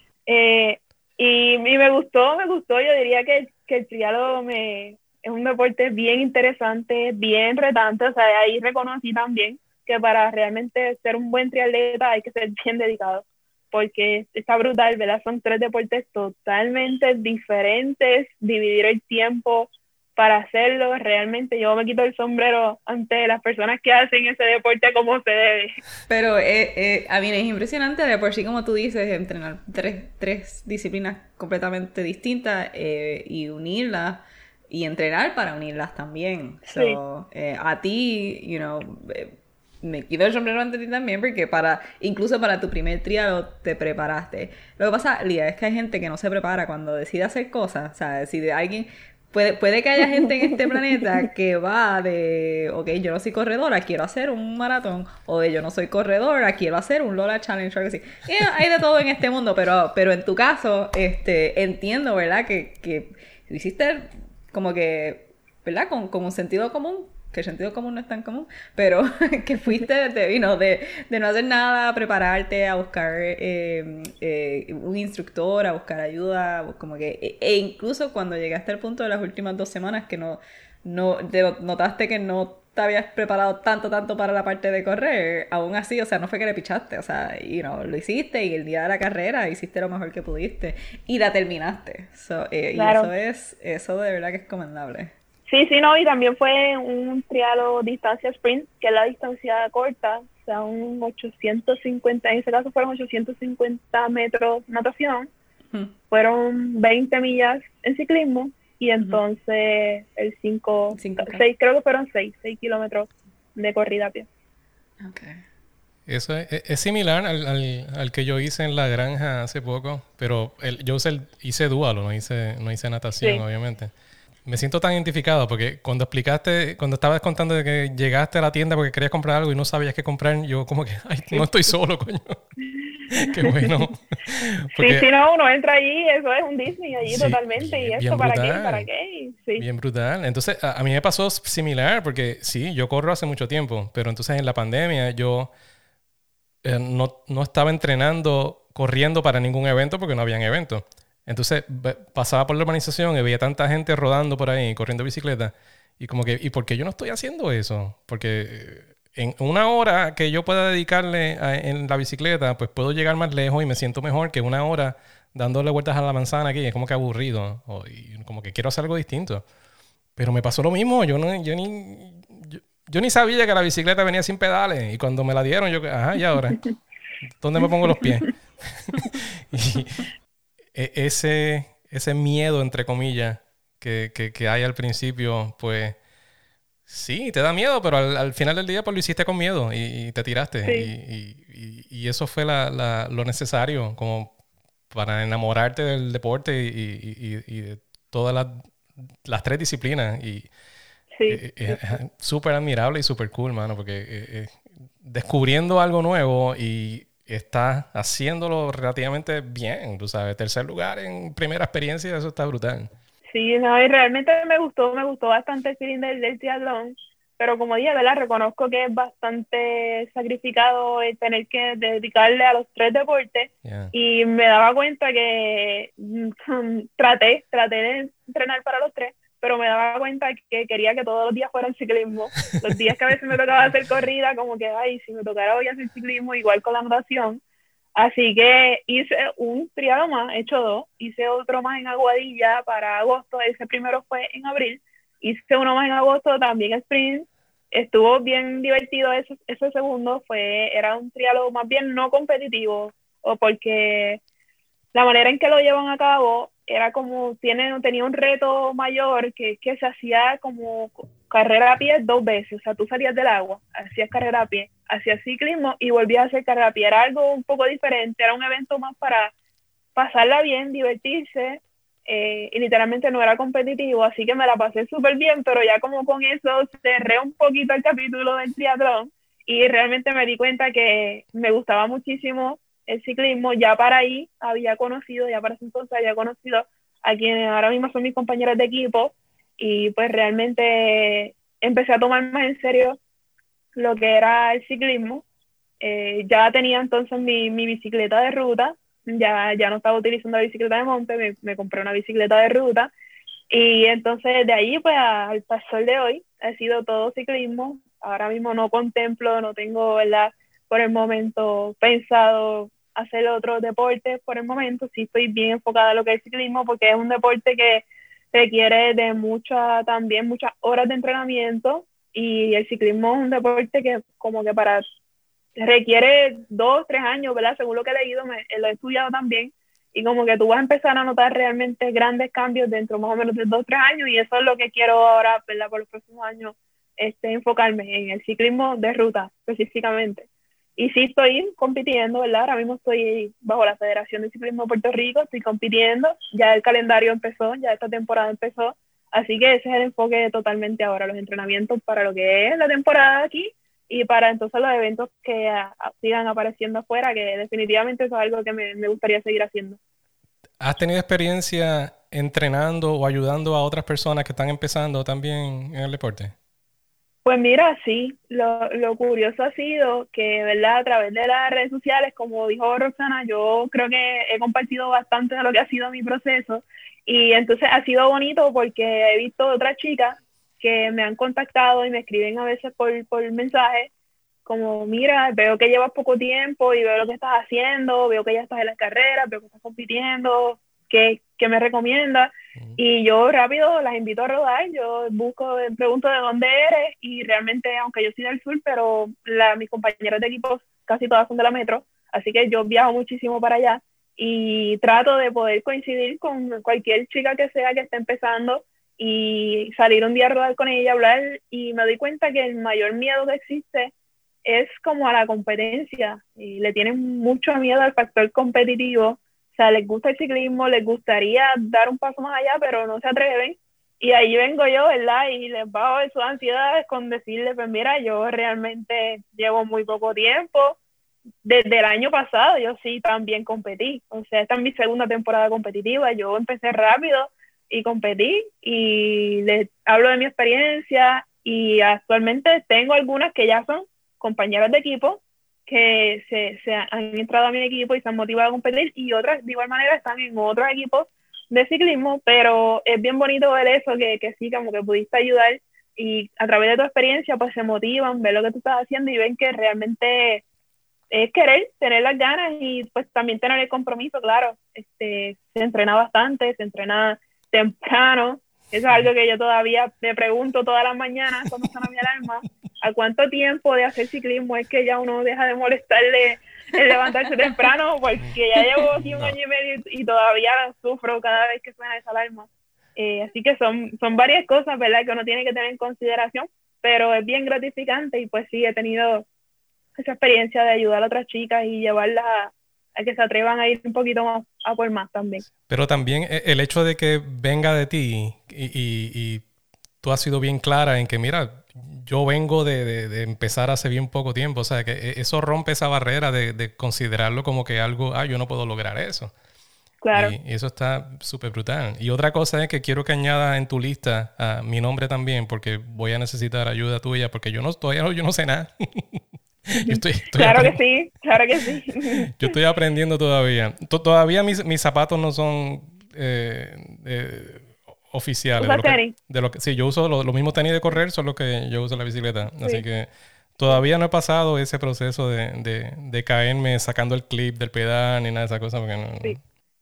[SPEAKER 5] eh, Y, y me gustó, me gustó, yo diría que, que el triatlón me, es un deporte bien interesante, bien retante, o sea, ahí reconocí también que para realmente ser un buen triatleta hay que ser bien dedicado, porque está brutal, ¿verdad? Son tres deportes totalmente diferentes, dividir el tiempo para hacerlo, realmente yo me quito el sombrero ante las personas que hacen ese deporte como se debe.
[SPEAKER 4] Pero eh, eh, a mí es impresionante, de por sí, como tú dices, entrenar tres, tres disciplinas completamente distintas eh, y unirlas, y entrenar para unirlas también. So, sí. eh, a ti, you know, eh, me quito el sombrero ante ti también, porque para incluso para tu primer triatlón te preparaste. Lo que pasa, Lía, es que hay gente que no se prepara cuando decide hacer cosas, o sea, decide alguien... Puede, puede que haya gente en este planeta que va de, ok, yo no soy corredora, quiero hacer un maratón, o de yo no soy corredora, quiero hacer un Lola Challenge o algo así. Yeah, hay de todo en este mundo, pero, pero en tu caso, este, entiendo, ¿verdad? Que, que lo hiciste como que, ¿verdad? Con, con un sentido común, que el sentido común no es tan común, pero que fuiste de, you know, de, de no hacer nada, a prepararte, a buscar eh, eh, un instructor, a buscar ayuda, como que, e incluso cuando llegaste al punto de las últimas dos semanas que no, no de, notaste que no te habías preparado tanto, tanto para la parte de correr, aún así, o sea, no fue que le pichaste, o sea, you know, lo hiciste, y el día de la carrera hiciste lo mejor que pudiste, y la terminaste, so, eh, claro. Y eso es, eso de verdad que es comendable.
[SPEAKER 5] Sí, sí, no, y también fue un triatlón distancia sprint, que es la distancia corta, o sea, un ochocientos cincuenta, en ese caso fueron ochocientos cincuenta metros natación, uh-huh. fueron veinte millas en ciclismo, y entonces uh-huh. el cinco, seis, creo que fueron seis, seis kilómetros de corrida a pie.
[SPEAKER 2] Okay. Eso es, es similar al, al, al que yo hice en la granja hace poco, pero el, yo hice, el, hice dualo, no hice, no hice natación, sí. obviamente. Me siento tan identificado porque cuando explicaste, cuando estabas contando de que llegaste a la tienda porque querías comprar algo y no sabías qué comprar, yo como que, ay, no estoy solo, coño. Qué bueno.
[SPEAKER 5] Porque, sí, si no, uno entra allí, eso es un Disney allí sí, totalmente. Bien, ¿y esto para qué? ¿Para qué? Sí.
[SPEAKER 2] Bien brutal. Entonces, a, a mí me pasó similar porque sí, yo corro hace mucho tiempo, pero entonces en la pandemia yo eh, no, no estaba entrenando, corriendo para ningún evento porque no habían eventos. Entonces pasaba por la urbanización y veía tanta gente rodando por ahí, corriendo bicicleta. Y como que, ¿y por qué yo no estoy haciendo eso? Porque en una hora que yo pueda dedicarle a, en la bicicleta, pues puedo llegar más lejos y me siento mejor que una hora dándole vueltas a la manzana aquí. Es como que aburrido. O, y como que quiero hacer algo distinto. Pero me pasó lo mismo. Yo, no, yo, ni, yo, yo ni sabía que la bicicleta venía sin pedales. Y cuando me la dieron, yo, ajá, ¿y ahora? ¿Dónde me pongo los pies? y... Ese, ese miedo, entre comillas, que, que, que hay al principio, pues sí, te da miedo, pero al, al final del día pues lo hiciste con miedo y, y te tiraste. Sí. Y, y, y eso fue la, la, lo necesario como para enamorarte del deporte y, y, y, y de todas las, las tres disciplinas. Y
[SPEAKER 5] sí,
[SPEAKER 2] eh, sí. es súper admirable y súper cool, mano, porque eh, eh, descubriendo algo nuevo y estás haciéndolo relativamente bien, tú sabes, tercer lugar en primera experiencia, eso está brutal.
[SPEAKER 5] Sí, no, y realmente me gustó, me gustó bastante el feeling del, del triatlón, pero como dije, ¿verdad? Reconozco que es bastante sacrificado el tener que dedicarle a los tres deportes.
[SPEAKER 2] Yeah.
[SPEAKER 5] Y me daba cuenta que mm, traté, traté de entrenar para los tres, pero me daba cuenta que quería que todos los días fueran ciclismo. Los días que a veces me tocaba hacer corrida, como que, ay, si me tocara hoy hacer ciclismo, igual con la natación. Así que hice un triado más, he hecho dos, hice otro más en Aguadilla para agosto, ese primero fue en abril, hice uno más en agosto, también sprint, estuvo bien divertido ese, ese segundo, fue, era un triado más bien no competitivo, o porque la manera en que lo llevan a cabo era como, tiene, tenía un reto mayor que, que se hacía como carrera a pie dos veces, o sea, tú salías del agua, hacías carrera a pie, hacías ciclismo y volvías a hacer carrera a pie, era algo un poco diferente, era un evento más para pasarla bien, divertirse, eh, y literalmente no era competitivo, así que me la pasé súper bien, pero ya como con eso cerré un poquito el capítulo del triatlón y realmente me di cuenta que me gustaba muchísimo el ciclismo. Ya para ahí había conocido, ya para ese entonces había conocido a quienes ahora mismo son mis compañeros de equipo y pues realmente empecé a tomar más en serio lo que era el ciclismo. Eh, ya tenía entonces mi, mi bicicleta de ruta, ya, ya no estaba utilizando la bicicleta de monte, me, me compré una bicicleta de ruta y entonces de ahí pues al sol de hoy ha sido todo ciclismo. Ahora mismo no contemplo, no tengo, ¿verdad?, por el momento pensado hacer otros deportes por el momento. Sí estoy bien enfocada en lo que es el ciclismo porque es un deporte que requiere de mucha, también muchas horas de entrenamiento y el ciclismo es un deporte que como que para requiere dos, tres años, ¿verdad? Según lo que he leído, me, lo he estudiado también y como que tú vas a empezar a notar realmente grandes cambios dentro más o menos de dos, tres años y eso es lo que quiero ahora, ¿verdad? Por los próximos años, este, enfocarme en el ciclismo de ruta específicamente. Y sí estoy compitiendo, ¿verdad? Ahora mismo estoy bajo la Federación de Ciclismo de Puerto Rico, estoy compitiendo, ya el calendario empezó, ya esta temporada empezó, así que ese es el enfoque totalmente ahora, los entrenamientos para lo que es la temporada aquí y para entonces los eventos que a, a, sigan apareciendo afuera, que definitivamente eso es algo que me, me gustaría seguir haciendo.
[SPEAKER 2] ¿Has tenido experiencia entrenando o ayudando a otras personas que están empezando también en el deporte?
[SPEAKER 5] Pues mira, sí, lo, lo curioso ha sido que, ¿verdad?, a través de las redes sociales, como dijo Roxana, yo creo que he compartido bastante de lo que ha sido mi proceso y entonces ha sido bonito porque he visto otras chicas que me han contactado y me escriben a veces por, por mensaje como, mira, veo que llevas poco tiempo y veo lo que estás haciendo, veo que ya estás en las carreras, veo que estás compitiendo, ¿qué, qué me recomiendas? Uh-huh. Y yo rápido las invito a rodar, yo busco, pregunto de dónde eres y realmente, aunque yo soy del sur, pero la, mis compañeros de equipo casi todas son de la metro, así que yo viajo muchísimo para allá y trato de poder coincidir con cualquier chica que sea que esté empezando y salir un día a rodar con ella, hablar, y me doy cuenta que el mayor miedo que existe es como a la competencia y le tienen mucho miedo al factor competitivo. O sea, les gusta el ciclismo, les gustaría dar un paso más allá, pero no se atreven. Y ahí vengo yo, ¿verdad? Y les bajo de sus ansiedades con decirles, pues mira, yo realmente llevo muy poco tiempo. Desde el año pasado yo sí también competí. O sea, esta es mi segunda temporada competitiva. Yo empecé rápido y competí y les hablo de mi experiencia y actualmente tengo algunas que ya son compañeras de equipo que se, se han entrado a mi equipo y se han motivado a competir y otras de igual manera están en otros equipos de ciclismo, pero es bien bonito ver eso, que, que sí, como que pudiste ayudar y a través de tu experiencia pues se motivan, ver lo que tú estás haciendo y ven que realmente es querer, tener las ganas y pues también tener el compromiso, claro. Este, se entrena bastante, se entrena temprano. Eso es algo que yo todavía me pregunto todas las mañanas cuando suena mi alarma. ¿A cuánto tiempo de hacer ciclismo es que ya uno deja de molestarle el levantarse temprano? Porque ya llevo aquí un año y medio y todavía sufro cada vez que suena esa alarma. Eh, así que son, son varias cosas, ¿verdad?, que uno tiene que tener en consideración, pero es bien gratificante y pues sí, he tenido esa experiencia de ayudar a otras chicas y llevarlas a, a que se atrevan a ir un poquito más a por más también.
[SPEAKER 2] Pero también el hecho de que venga de ti y, y, y tú has sido bien clara en que, mira, yo vengo de, de, de empezar hace bien poco tiempo, o sea, que eso rompe esa barrera de, de considerarlo como que algo, ah, yo no puedo lograr eso.
[SPEAKER 5] Claro.
[SPEAKER 2] Y, y eso está súper brutal. Y otra cosa es que quiero que añadas en tu lista a mi nombre también, porque voy a necesitar ayuda tuya, porque yo no todavía no, yo no sé nada. Yo estoy, estoy
[SPEAKER 5] Claro que
[SPEAKER 2] aprend-
[SPEAKER 5] sí, claro que sí.
[SPEAKER 2] Yo estoy aprendiendo todavía. To- Todavía mis, mis zapatos no son eh, eh, oficiales. De
[SPEAKER 5] ¿Usas
[SPEAKER 2] lo que,
[SPEAKER 5] tenis?
[SPEAKER 2] de lo que, sí, yo uso lo- los mismos tenis de correr, son los que yo uso en la bicicleta. Así
[SPEAKER 5] Sí.
[SPEAKER 2] que todavía no he pasado ese proceso de, de, de caerme sacando el clip del pedal ni nada de esa cosa. Porque no,
[SPEAKER 5] Sí.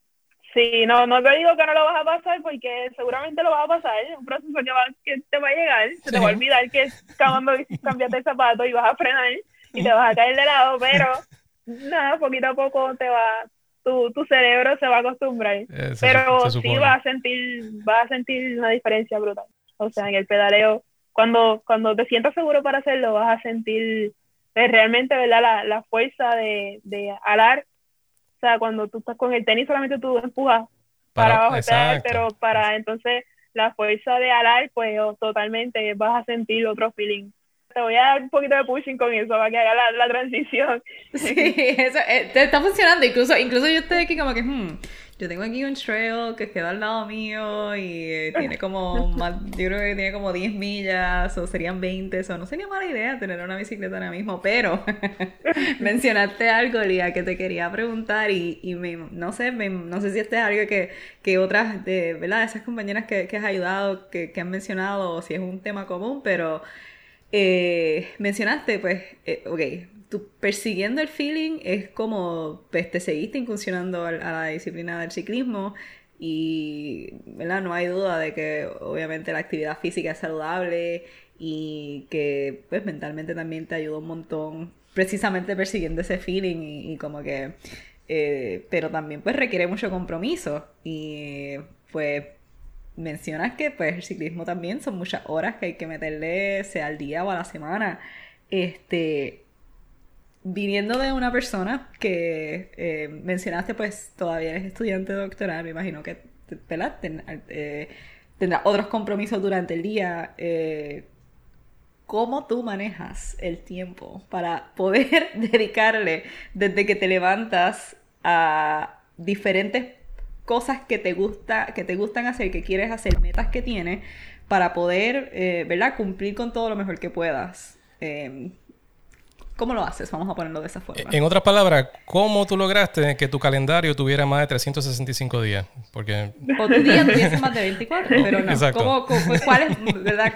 [SPEAKER 5] Sí, no, no te digo que no lo vas a pasar porque seguramente lo vas a pasar. Es un proceso que, va, que te va a llegar. Se te
[SPEAKER 2] Sí.
[SPEAKER 5] va a olvidar que cuando cambiaste el zapato y vas a frenar y te vas a caer de lado, pero nada, poquito a poco te va, tu, tu cerebro se va a acostumbrar.
[SPEAKER 2] eh, se,
[SPEAKER 5] Pero
[SPEAKER 2] se
[SPEAKER 5] sí
[SPEAKER 2] supone.
[SPEAKER 5] vas a sentir, vas a sentir una diferencia brutal. O sea, en el pedaleo, cuando, cuando te sientas seguro para hacerlo, vas a sentir pues, realmente, ¿verdad? La, la fuerza de, de alar. O sea, cuando tú estás con el tenis solamente tú empujas para,
[SPEAKER 2] Para-
[SPEAKER 5] abajo el pedal,
[SPEAKER 2] exacto.
[SPEAKER 5] pero para entonces la fuerza de alar, pues oh, totalmente vas a sentir otro feeling. Te voy a dar un poquito de pushing con eso para que haga la, la transición.
[SPEAKER 4] Sí, eso eh, te está funcionando. Incluso, incluso yo estoy aquí como que, hmm, yo tengo aquí un trail que queda al lado mío y eh, tiene como más, yo creo que tiene como diez millas o serían veinte, o no sería mala idea tener una bicicleta ahora mismo, pero mencionaste algo, Lía, que te quería preguntar y, y me, no sé, me, no sé si este es algo que, que otras de, ¿verdad? Esas compañeras que, que has ayudado, que, que han mencionado o si es un tema común, pero eh, mencionaste, pues, eh, ok, tú persiguiendo el feeling es como, pues, te seguiste incursionando a, a la disciplina del ciclismo y, ¿verdad? No hay duda de que, obviamente, la actividad física es saludable y que, pues, mentalmente también te ayuda un montón, precisamente persiguiendo ese feeling y, y como que, eh, pero también, pues, requiere mucho compromiso y, pues, mencionas que pues el ciclismo también son muchas horas que hay que meterle, sea al día o a la semana. Este, viniendo de una persona que eh, mencionaste, pues todavía eres estudiante doctoral, me imagino que ¿verdad? Ten, eh, tendrás otros compromisos durante el día. Eh, ¿Cómo tú manejas el tiempo para poder dedicarle desde que te levantas a diferentes cosas que te gusta, que te gustan hacer, que quieres hacer, metas que tienes, para poder, eh, ¿verdad? Cumplir con todo lo mejor que puedas? Eh, ¿Cómo lo haces? Vamos a ponerlo de esa forma.
[SPEAKER 2] En otras palabras, ¿cómo tú lograste que tu calendario tuviera más de trescientos sesenta y cinco días? Porque...
[SPEAKER 4] O tu día tuviese más de veinticuatro, pero no.
[SPEAKER 2] Exacto.
[SPEAKER 4] ¿Cómo, cómo, ¿Cuál es, verdad?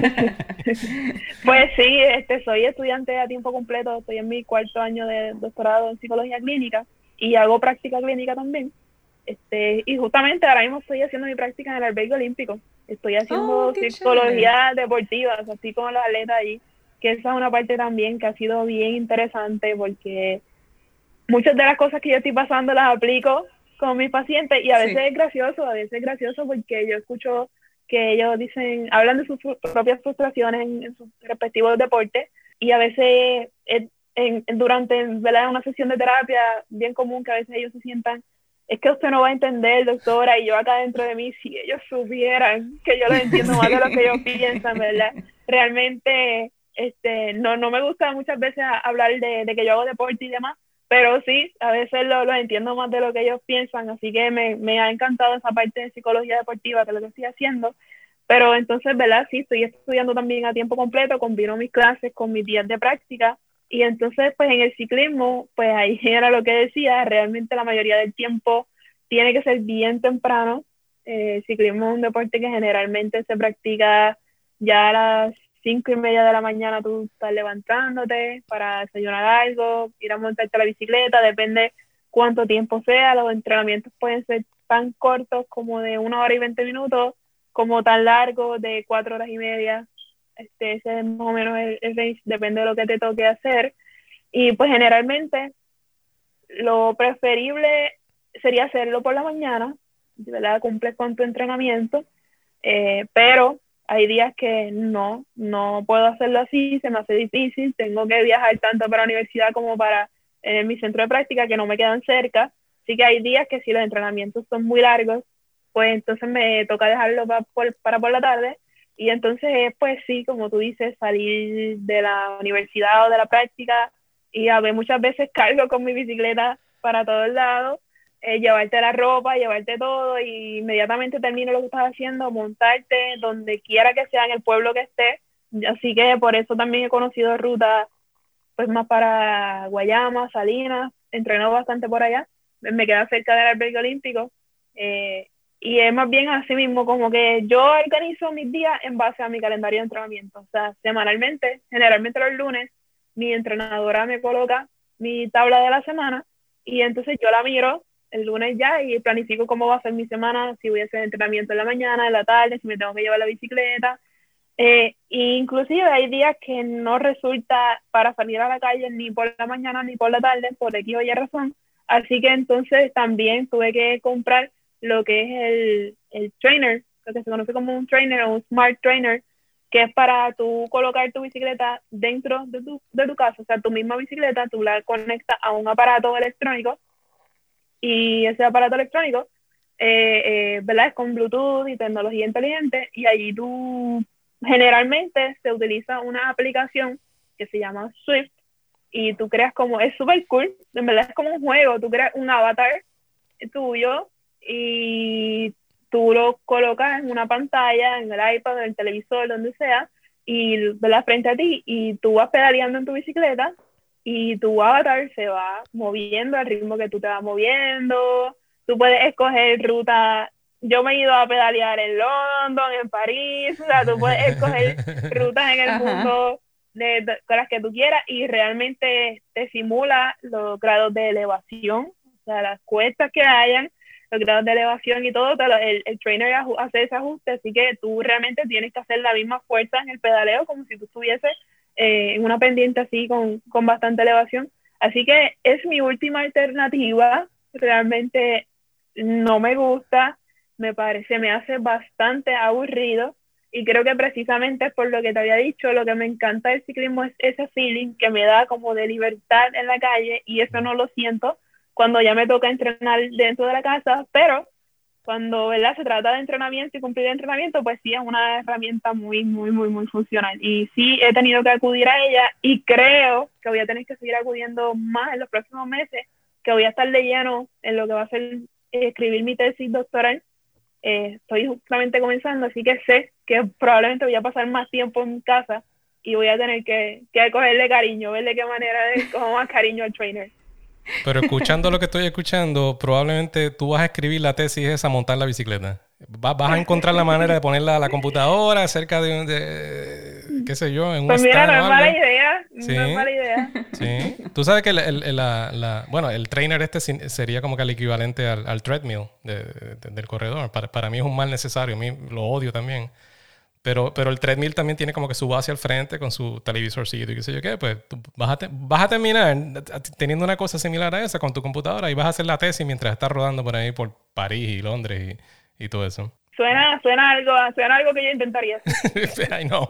[SPEAKER 5] Pues sí, este, soy estudiante a tiempo completo, estoy en mi cuarto año de doctorado en psicología clínica y hago práctica clínica también. Este, y justamente ahora mismo estoy haciendo mi práctica en el albergue olímpico. Estoy haciendo
[SPEAKER 4] Oh, qué
[SPEAKER 5] psicología deportiva, así como los atletas allí, que esa es una parte también que ha sido bien interesante porque muchas de las cosas que yo estoy pasando las aplico con mis pacientes y a veces
[SPEAKER 4] Sí.
[SPEAKER 5] es gracioso, a veces es gracioso porque yo escucho que ellos dicen, hablan de sus propias frustraciones en, en sus respectivos deportes y a veces es, en, durante ¿verdad? Una sesión de terapia bien común que a veces ellos se sientan, es que usted no va a entender, doctora, y yo acá dentro de mí, si ellos supieran que yo los entiendo más de lo que ellos piensan, ¿verdad? Realmente este no, no me gusta muchas veces hablar de, de que yo hago deporte y demás, pero sí, a veces lo, lo entiendo más de lo que ellos piensan, así que me, me ha encantado esa parte de psicología deportiva, que es lo que estoy haciendo. Pero entonces, ¿verdad? Sí, estoy estudiando también a tiempo completo, combino mis clases con mis días de práctica, y entonces, pues en el ciclismo, pues ahí era lo que decía, realmente la mayoría del tiempo tiene que ser bien temprano. Eh, el ciclismo es un deporte que generalmente se practica ya a las cinco y media de la mañana, tú estás levantándote para desayunar algo, ir a montarte la bicicleta, depende cuánto tiempo sea, los entrenamientos pueden ser tan cortos como de una hora y veinte minutos, como tan largos de cuatro horas y media. Este, ese es más o menos el, el range, depende de lo que te toque hacer. Y pues generalmente lo preferible sería hacerlo por la mañana, ¿verdad? Cumples con tu entrenamiento, eh, pero hay días que no, no puedo hacerlo así, se me hace difícil, tengo que viajar tanto para la universidad como para eh, mi centro de práctica que no me quedan cerca, así que hay días que si los entrenamientos son muy largos, pues entonces me toca dejarlo para por, para por la tarde. Y entonces, pues sí, como tú dices, salir de la universidad o de la práctica y a ver, muchas veces cargo con mi bicicleta para todos lados, eh, llevarte la ropa, llevarte todo y inmediatamente termino lo que estás haciendo, montarte donde quiera que sea en el pueblo que estés. Así que por eso también he conocido rutas pues más para Guayama, Salinas, entreno bastante por allá, me queda cerca del albergue olímpico, eh, y es más bien así mismo, como que yo organizo mis días en base a mi calendario de entrenamiento, o sea, semanalmente, generalmente los lunes, mi entrenadora me coloca mi tabla de la semana, y entonces yo la miro el lunes ya y planifico cómo va a ser mi semana, si voy a hacer entrenamiento en la mañana, en la tarde, si me tengo que llevar la bicicleta. Eh, inclusive hay días que no resulta para salir a la calle ni por la mañana ni por la tarde, por X o Y razón, así que entonces también tuve que comprar lo que es el, el trainer, lo que se conoce como un trainer o un smart trainer, que es para tú colocar tu bicicleta dentro de tu, de tu casa, o sea, tu misma bicicleta, tú la conectas a un aparato electrónico y ese aparato electrónico, eh, eh, ¿verdad? Es con Bluetooth y tecnología inteligente y allí tú generalmente se utiliza una aplicación que se llama Swift y tú creas como, es súper cool, en verdad es como un juego, tú creas un avatar tuyo y tú lo colocas en una pantalla, en el iPad, en el televisor, donde sea, y ¿verdad? Frente a ti y tú vas pedaleando en tu bicicleta y tu avatar se va moviendo al ritmo que tú te vas moviendo, tú puedes escoger ruta. Yo me he ido a pedalear en London, en París, o sea, tú puedes escoger rutas en el
[SPEAKER 4] Ajá.
[SPEAKER 5] mundo de, de, con las que tú quieras y realmente te simula los grados de elevación, o sea, las cuestas que hayan, los grados de elevación y todo, te lo, el, el trainer hace ese ajuste, así que tú realmente tienes que hacer la misma fuerza en el pedaleo como si tú estuvieses eh, en una pendiente así con, con bastante elevación. Así que es mi última alternativa, realmente no me gusta, me parece, me hace bastante aburrido y creo que precisamente por lo que te había dicho, lo que me encanta del ciclismo es ese feeling que me da como de libertad en la calle y eso no lo siento cuando ya me toca entrenar dentro de la casa, pero cuando, ¿verdad?, se trata de entrenamiento y cumplir entrenamiento, pues sí es una herramienta muy, muy, muy, muy funcional y sí he tenido que acudir a ella y creo que voy a tener que seguir acudiendo más en los próximos meses, que voy a estar de lleno en lo que va a ser eh, escribir mi tesis doctoral. Eh, estoy justamente comenzando, así que sé que probablemente voy a pasar más tiempo en casa y voy a tener que, que cogerle cariño, ver de qué manera le cojo más cariño al trainer.
[SPEAKER 2] Pero escuchando lo que estoy escuchando, probablemente tú vas a escribir la tesis esa, montar la bicicleta. Vas, vas a encontrar la manera de ponerla a la computadora cerca de, de qué sé yo, en un
[SPEAKER 5] Pues mira,
[SPEAKER 2] stand
[SPEAKER 5] no
[SPEAKER 2] o
[SPEAKER 5] es
[SPEAKER 2] algo.
[SPEAKER 5] mala idea,
[SPEAKER 2] Sí.
[SPEAKER 5] no es mala idea.
[SPEAKER 2] Sí. Tú sabes que el, el, el, la, la, bueno, el trainer este sería como que el equivalente al, al treadmill de, de, del corredor. Para, para mí es un mal necesario, a mí lo odio también. Pero, pero el treadmill también tiene como que su base al frente con su televisorcito y qué sé yo qué. Pues tú vas a, te, vas a terminar teniendo una cosa similar a esa con tu computadora y vas a hacer la tesis mientras estás rodando por ahí por París y Londres y, y todo eso.
[SPEAKER 5] Suena, suena algo, suena algo que yo intentaría hacer.
[SPEAKER 2] I know.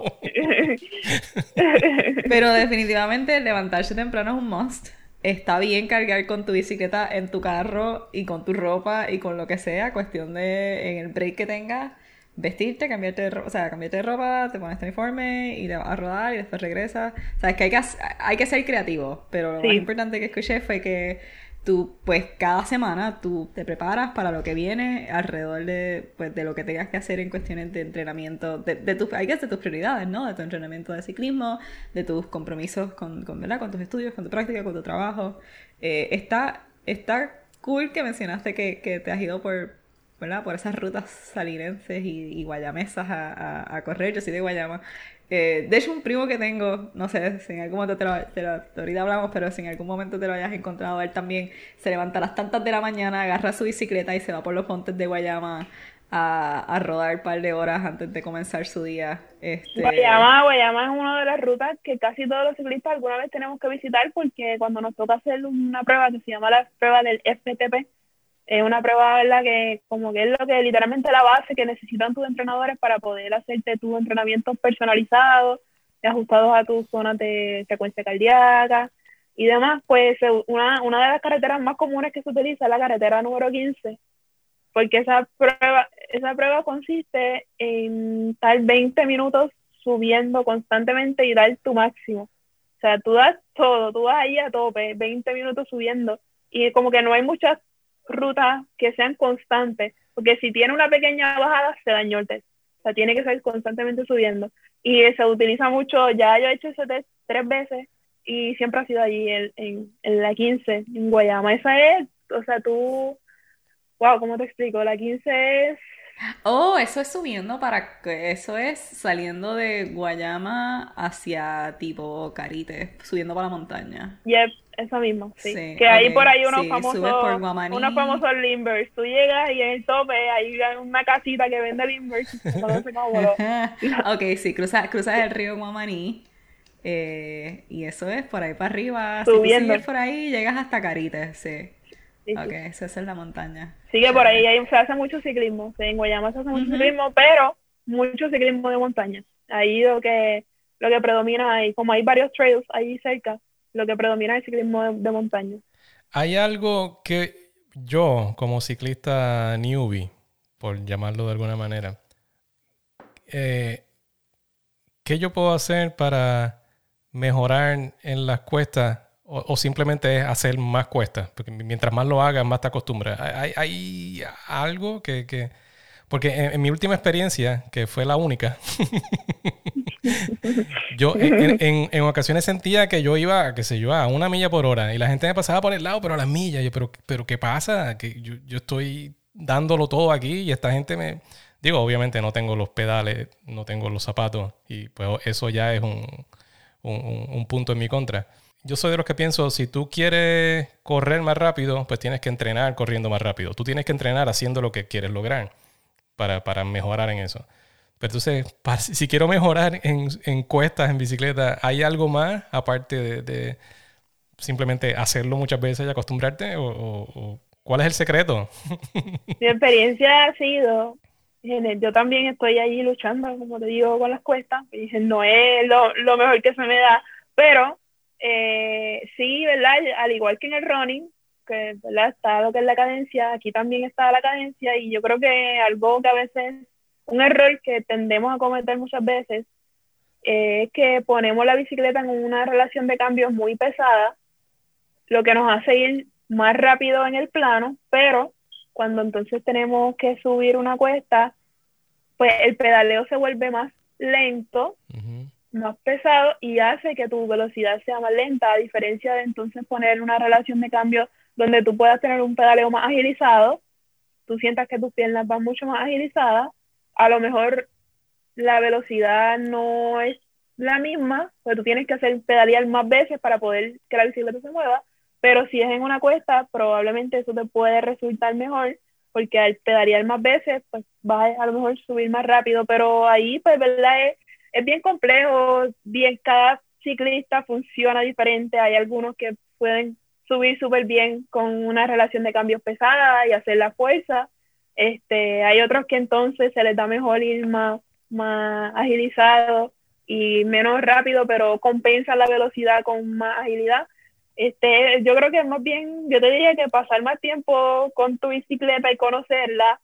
[SPEAKER 4] Pero definitivamente levantarse temprano es un must. Está bien cargar con tu bicicleta en tu carro y con tu ropa y con lo que sea. Cuestión de, en el break que tengas, vestirte, cambiarte de ropa, o sea, cambiarte de ropa, te pones tu uniforme y te vas a rodar y después regresas. O sea, es que hay que, hay que ser creativo. Pero lo
[SPEAKER 5] Sí.
[SPEAKER 4] más importante que escuché fue que tú, pues, cada semana tú te preparas para lo que viene alrededor de, pues, de lo que tengas que hacer en cuestiones de entrenamiento, de, de tus, hay que hacer tus prioridades, ¿no? De tu entrenamiento de ciclismo, de tus compromisos con, con, ¿verdad? Con tus estudios, con tu práctica, con tu trabajo. Eh, está, está cool que mencionaste que, que te has ido por, ¿verdad? Por esas rutas salinenses y, y guayamesas a, a, a correr. Yo soy de Guayama. Eh, de hecho, un primo que tengo, no sé si en algún momento te lo, te lo, ahorita hablamos, pero si en algún momento te lo hayas encontrado, él también se levanta a las tantas de la mañana, agarra su bicicleta y se va por los montes de Guayama a, a rodar un par de horas antes de comenzar su día. Este...
[SPEAKER 5] Guayama, Guayama es una de las rutas que casi todos los ciclistas alguna vez tenemos que visitar porque cuando nos toca hacer una prueba que se llama la prueba del F T P, es una prueba, ¿verdad?, que como que es lo que literalmente la base que necesitan tus entrenadores para poder hacerte tus entrenamientos personalizados, ajustados a tus zonas de frecuencia cardíaca y demás. Pues una, una de las carreteras más comunes que se utiliza es la carretera número quince, porque esa prueba, esa prueba consiste en estar veinte minutos subiendo constantemente y dar tu máximo. O sea, tú das todo, tú vas ahí a tope, veinte minutos subiendo y como que no hay muchas rutas que sean constantes, porque si tiene una pequeña bajada, se dañó el test. O sea, tiene que ser constantemente subiendo. Y se utiliza mucho, ya yo he hecho ese test tres veces, y siempre ha sido allí en, en, en la quince, en Guayama. Esa es, o sea, tú, wow, ¿cómo te explico? La quince es...
[SPEAKER 4] Oh, eso es subiendo para... Eso es saliendo de Guayama hacia tipo Carite, subiendo para la montaña.
[SPEAKER 5] Yep, eso mismo, sí.
[SPEAKER 4] Sí,
[SPEAKER 5] que hay
[SPEAKER 4] ok,
[SPEAKER 5] por ahí unos
[SPEAKER 4] sí, subes por
[SPEAKER 5] famosos,
[SPEAKER 4] Guamaní.
[SPEAKER 5] unos famosos limbers. Tú llegas y en el tope hay una casita que vende limbers y se conoce como lo...
[SPEAKER 4] Ok, sí, cruzas, cruzas el río Guamaní. Eh, y eso es por ahí para arriba. Si tú
[SPEAKER 5] Subiendo.
[SPEAKER 4] sigues por ahí, llegas hasta Carite, sí.
[SPEAKER 5] Sí,
[SPEAKER 4] Ok,
[SPEAKER 5] sí.
[SPEAKER 4] esa es la montaña.
[SPEAKER 5] Sí que por ahí hay- se hace mucho ciclismo. Sí, en Guayama se hace mucho
[SPEAKER 4] Ujú.
[SPEAKER 5] ciclismo, pero mucho ciclismo de montaña. Ahí lo que, lo que predomina, ahí, como hay varios trails ahí cerca, lo que predomina es el ciclismo de, de montaña.
[SPEAKER 2] Hay algo que yo, como ciclista newbie, por llamarlo de alguna manera, eh, ¿qué yo puedo hacer para mejorar en las cuestas? O, o simplemente es hacer más cuestas, porque mientras más lo hagas, más te acostumbras. Hay, hay algo que, que... Porque en, en mi última experiencia, que fue la única, yo en, en, en ocasiones sentía que yo iba, qué sé yo, a una milla por hora y la gente me pasaba por el lado, pero a las millas. Yo, pero, pero ¿qué pasa? Que yo, yo estoy dándolo todo aquí y esta gente me... Digo, obviamente no tengo los pedales, no tengo los zapatos y pues eso ya es un, un, un punto en mi contra. Yo soy de los que pienso, si tú quieres correr más rápido, pues tienes que entrenar corriendo más rápido. Tú tienes que entrenar haciendo lo que quieres lograr para, para mejorar en eso. Pero entonces, para, si quiero mejorar en, en cuestas, en bicicleta, ¿hay algo más aparte de, de simplemente hacerlo muchas veces y acostumbrarte? ¿O, o, o cuál es el secreto?
[SPEAKER 5] Mi experiencia ha sido, yo también estoy ahí luchando, como te digo, con las cuestas. Y no es lo, lo mejor que se me da, pero eh, sí, ¿verdad? Al igual que en el running, que ¿verdad? Está lo que es la cadencia, aquí también está la cadencia, y yo creo que algo que a veces, un error que tendemos a cometer muchas veces, eh, es que ponemos la bicicleta en una relación de cambios muy pesada, lo que nos hace ir más rápido en el plano, pero cuando entonces tenemos que subir una cuesta, pues el pedaleo se vuelve más lento, uh-huh. más pesado, y hace que tu velocidad sea más lenta, a diferencia de entonces poner una relación de cambio donde tú puedas tener un pedaleo más agilizado, tú sientas que tus piernas van mucho más agilizadas, a lo mejor la velocidad no es la misma, pues tú tienes que hacer pedalear más veces para poder que la bicicleta se mueva, pero si es en una cuesta, probablemente eso te puede resultar mejor, porque al pedalear más veces, pues vas a, a lo mejor subir más rápido, pero ahí, pues, ¿verdad? Es, es bien complejo, bien, cada ciclista funciona diferente, hay algunos que pueden subir súper bien con una relación de cambios pesada y hacer la fuerza, este, hay otros que entonces se les da mejor ir más, más agilizado y menos rápido, pero compensa la velocidad con más agilidad. Este, yo creo que más bien, yo te diría que pasar más tiempo con tu bicicleta y conocerla,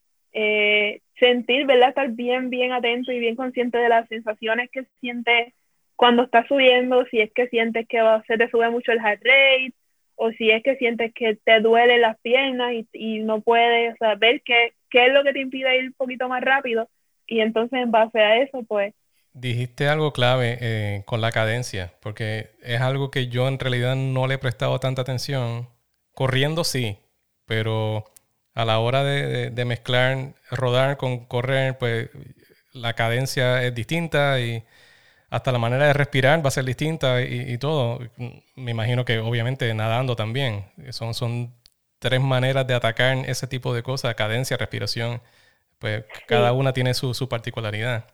[SPEAKER 5] eh, sentir, ¿verdad? Estar bien, bien atento y bien consciente de las sensaciones que sientes cuando estás subiendo, si es que sientes que se te sube mucho el heart rate, o si es que sientes que te duelen las piernas y, y no puedes, o sea, ver qué, qué es lo que te impide ir un poquito más rápido, y entonces en base a eso, pues,
[SPEAKER 2] dijiste algo clave eh, con la cadencia, porque es algo que yo en realidad no le he prestado tanta atención. Corriendo sí, pero a la hora de, de, de mezclar rodar con correr, pues la cadencia es distinta y hasta la manera de respirar va a ser distinta y, y todo. Me imagino que obviamente nadando también. Son, son tres maneras de atacar ese tipo de cosas, cadencia, respiración. Pues sí. Cada una tiene su, su particularidad.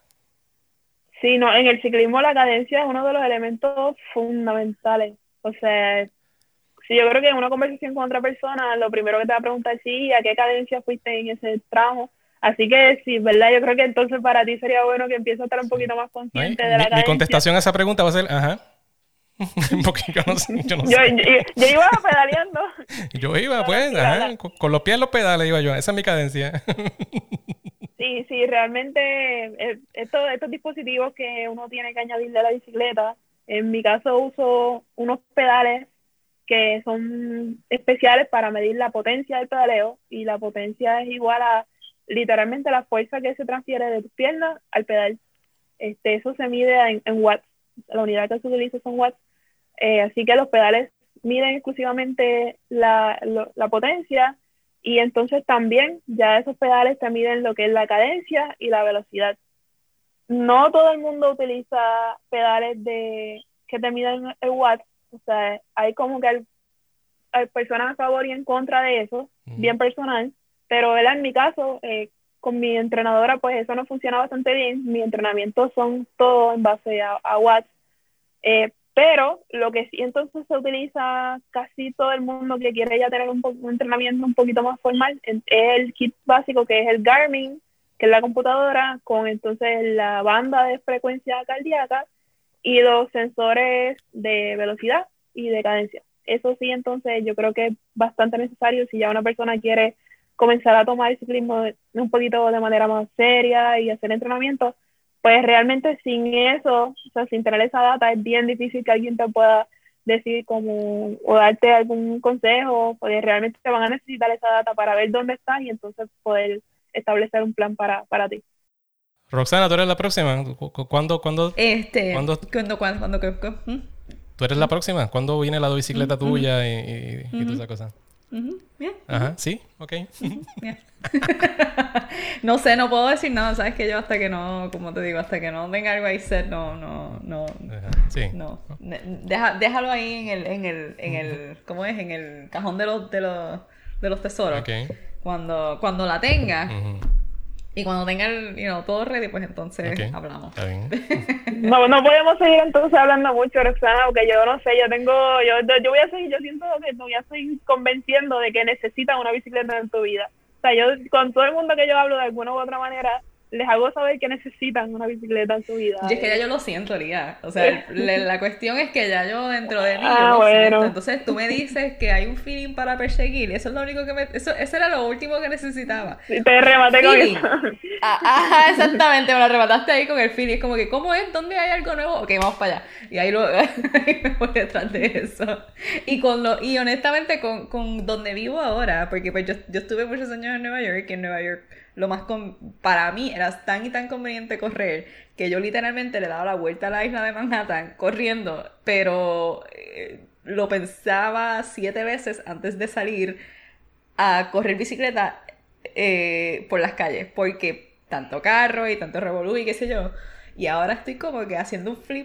[SPEAKER 5] Sí, no, en el ciclismo la cadencia es uno de los elementos fundamentales. O sea, si yo creo que en una conversación con otra persona, lo primero que te va a preguntar es sí, ¿a qué cadencia fuiste en ese tramo? Así que sí, ¿verdad? Yo creo que entonces para ti sería bueno que empieces a estar un poquito más consciente
[SPEAKER 2] ¿No?
[SPEAKER 5] de la
[SPEAKER 2] mi,
[SPEAKER 5] cadencia.
[SPEAKER 2] Mi contestación a esa pregunta va a ser, ajá. Porque yo no sé. Yo, no
[SPEAKER 5] yo,
[SPEAKER 2] sé.
[SPEAKER 5] yo, yo iba pedaleando.
[SPEAKER 2] Yo iba, pues, ajá, con, con los pies en los pedales iba yo. Esa es mi cadencia.
[SPEAKER 5] Sí, sí, realmente eh, estos, estos dispositivos que uno tiene que añadirle a la bicicleta, en mi caso uso unos pedales que son especiales para medir la potencia del pedaleo, y la potencia es igual a literalmente la fuerza que se transfiere de tus piernas al pedal. Este, eso se mide en, en watts, la unidad que se utiliza son watts, eh, así que los pedales miden exclusivamente la, lo, la potencia, y entonces también ya esos pedales te miden lo que es la cadencia y la velocidad. No todo el mundo utiliza pedales de que te miden el watt, o sea, hay como que hay, hay personas a favor y en contra de eso, uh-huh. bien personal, pero ¿verdad? En mi caso, eh, con mi entrenadora, pues eso no funciona bastante bien. Mi entrenamiento son todo en base a, a watts, eh, pero lo que sí entonces se utiliza casi todo el mundo que quiere ya tener un, po- un entrenamiento un poquito más formal, es el kit básico, que es el Garmin, que es la computadora, con entonces la banda de frecuencia cardíaca y los sensores de velocidad y de cadencia. Eso sí, entonces yo creo que es bastante necesario si ya una persona quiere comenzar a tomar el ciclismo de, un poquito de manera más seria y hacer entrenamiento, pues realmente sin eso, o sea, sin tener esa data, es bien difícil que alguien te pueda decir como, o darte algún consejo, porque realmente te van a necesitar esa data para ver dónde estás y entonces poder establecer un plan para, para ti.
[SPEAKER 2] Roxana, ¿tú eres la próxima? ¿Cu- ¿Cuándo, cuándo,
[SPEAKER 4] Este,
[SPEAKER 2] cuándo,
[SPEAKER 4] cuando, cuando, cuando, cuando, ¿hmm?
[SPEAKER 2] ¿Tú eres la próxima? ¿Cuándo viene la bicicleta
[SPEAKER 4] Mm,
[SPEAKER 2] tuya y, y, y
[SPEAKER 4] mm.
[SPEAKER 2] toda esa cosa?
[SPEAKER 4] Ujú, bien,
[SPEAKER 2] Ajá,
[SPEAKER 4] ujú,
[SPEAKER 2] sí, ok.
[SPEAKER 4] bien. No sé, no puedo decir nada, sabes que yo hasta que no, como te digo, hasta que no tenga algo ahí set, no, no, no,
[SPEAKER 2] Ajá, sí.
[SPEAKER 4] no. Ne- Deja, déjalo ahí en el, en el, en el, ¿cómo es? En el cajón de los, de los, de los tesoros.
[SPEAKER 2] Ok.
[SPEAKER 4] Cuando, cuando la tenga,
[SPEAKER 2] Ujú.
[SPEAKER 4] y cuando tenga el, you know, todo ready, pues entonces
[SPEAKER 2] Ok,
[SPEAKER 4] hablamos.
[SPEAKER 2] está bien.
[SPEAKER 5] No, no podemos seguir entonces hablando mucho, Roxana, porque yo no sé, yo tengo, yo, yo voy a seguir, yo siento que todavía estoy convenciendo de que necesitas una bicicleta en tu vida. O sea, yo con todo el mundo que yo hablo de alguna u otra manera, les hago saber que necesitan una bicicleta en su vida.
[SPEAKER 4] Y es que ya yo lo siento, Lía. O sea, la, la cuestión es que ya yo dentro de mí
[SPEAKER 5] Ah,
[SPEAKER 4] yo lo
[SPEAKER 5] bueno.
[SPEAKER 4] siento. Entonces tú me dices que hay un feeling para perseguir. Eso es lo único que me... Eso, eso era lo último que necesitaba.
[SPEAKER 5] Te rematé con
[SPEAKER 4] Feeling.
[SPEAKER 5] eso.
[SPEAKER 4] Ah, Ajá, exactamente. Me lo arrebataste ahí con el feeling. Es como que, ¿cómo es? ¿Dónde hay algo nuevo? Ok, vamos para allá. Y ahí, lo, ahí me voy detrás de eso. Y con lo y honestamente con, con donde vivo ahora, porque pues yo, yo estuve muchos años en Nueva York, y en Nueva York lo más con, para mí era tan y tan conveniente correr que yo literalmente le daba la vuelta a la isla de Manhattan corriendo, pero eh, lo pensaba siete veces antes de salir a correr bicicleta eh, por las calles, porque tanto carro y tanto revolú y qué sé yo, y ahora estoy como que haciendo un flip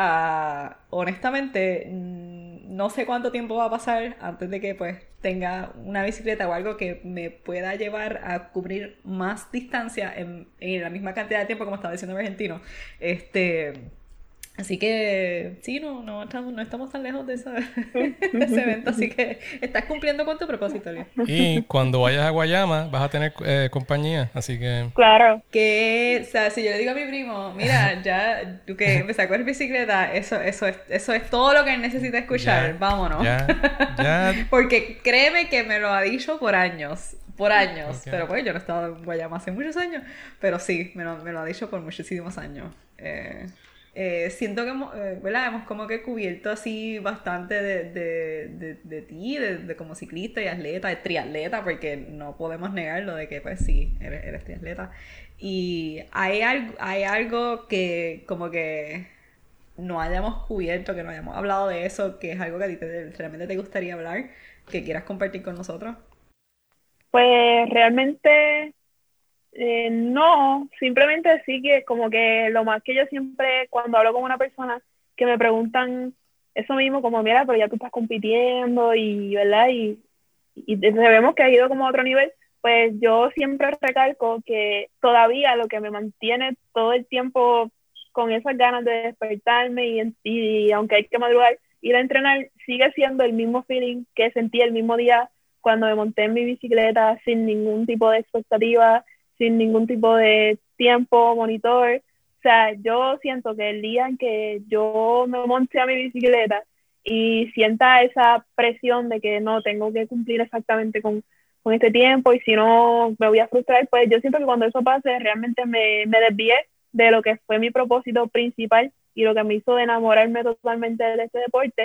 [SPEAKER 4] a, honestamente, no sé cuánto tiempo va a pasar antes de que pues tenga una bicicleta o algo que me pueda llevar a cubrir más distancia en, en la misma cantidad de tiempo, como estaba diciendo el argentino. Este, así que sí, no, no, estamos, no estamos tan lejos de, esa, de ese evento, así que estás cumpliendo con tu propósito, Lía.
[SPEAKER 2] Y cuando vayas a Guayama vas a tener eh, compañía, así que...
[SPEAKER 5] Claro.
[SPEAKER 4] Que, o sea, si yo le digo a mi primo, mira, ya tú que empecé a correr bicicleta, eso, eso es, eso es todo lo que él necesita escuchar,
[SPEAKER 2] Ya,
[SPEAKER 4] vámonos.
[SPEAKER 2] ya, ya.
[SPEAKER 4] Porque créeme que me lo ha dicho por años, por años,
[SPEAKER 2] Ok.
[SPEAKER 4] pero pues yo no he estado en Guayama hace muchos años, pero sí, me lo, me lo ha dicho por muchísimos años. Eh, eh, siento que hemos, eh, ¿verdad? Hemos como que cubierto así bastante de, de, de, de ti, de, de como ciclista y atleta, de triatleta, porque no podemos negarlo de que pues sí, eres, eres triatleta. Y hay algo, hay algo que como que no hayamos cubierto, que no hayamos hablado de eso, que es algo que a ti te, realmente te gustaría hablar, que quieras compartir con nosotros.
[SPEAKER 5] Pues realmente eh, no, simplemente sí que como que lo más que yo siempre cuando hablo con una persona que me preguntan eso mismo, como mira, pero ya tú estás compitiendo y, ¿verdad? Y, y vemos que ha ido como a otro nivel, pues yo siempre recalco que todavía lo que me mantiene todo el tiempo con esas ganas de despertarme y, y aunque hay que madrugar, ir a entrenar, sigue siendo el mismo feeling que sentí el mismo día cuando me monté en mi bicicleta sin ningún tipo de expectativa, sin ningún tipo de tiempo, monitor. O sea, yo siento que el día en que yo me monté a mi bicicleta y sienta esa presión de que no, tengo que cumplir exactamente con, con este tiempo y si no me voy a frustrar, pues yo siento que cuando eso pase realmente me, me desvié de lo que fue mi propósito principal y lo que me hizo enamorarme totalmente de este deporte.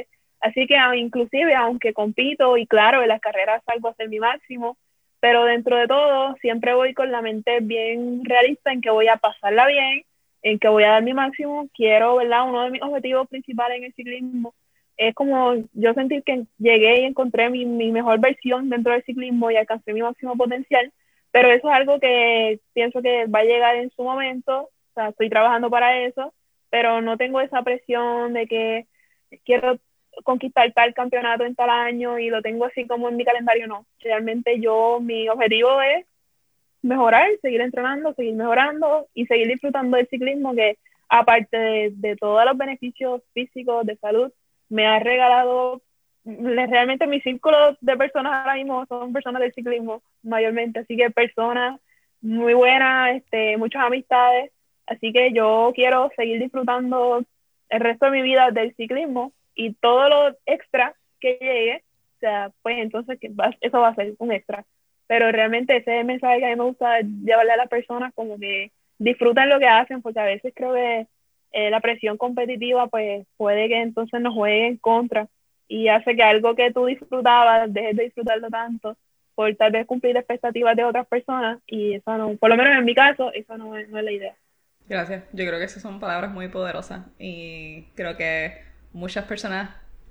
[SPEAKER 5] Así que a- inclusive, aunque compito y claro, en las carreras salgo a hacer mi máximo, pero dentro de todo siempre voy con la mente bien realista en que voy a pasarla bien, en que voy a dar mi máximo. Quiero, ¿verdad? Uno de mis objetivos principales en el ciclismo es como yo sentir que llegué y encontré mi, mi mejor versión dentro del ciclismo y alcancé mi máximo potencial, pero eso es algo que pienso que va a llegar en su momento. O sea, estoy trabajando para eso, pero no tengo esa presión de que quiero conquistar tal campeonato en tal año y lo tengo así como en mi calendario, no. Realmente yo, mi objetivo es mejorar, seguir entrenando, seguir mejorando y seguir disfrutando del ciclismo, que aparte de, de todos los beneficios físicos, de salud, me ha regalado, le- realmente mi círculo de personas ahora mismo son personas del ciclismo mayormente, así que personas muy buenas, este, muchas amistades, así que yo quiero seguir disfrutando el resto de mi vida del ciclismo y todo lo extra que llegue, o sea, pues entonces que va- eso va a ser un extra. Pero realmente ese es el mensaje que a mí me gusta llevarle a las personas, como que disfrutan lo que hacen, porque a veces creo que eh, la presión competitiva pues puede que entonces nos juegue en contra y hace que algo que tú disfrutabas dejes de disfrutarlo tanto por tal vez cumplir expectativas de otras personas, y eso no, por lo menos en mi caso, eso no es, no es la idea.
[SPEAKER 4] Gracias. Yo creo que esas son palabras muy poderosas y creo que muchas personas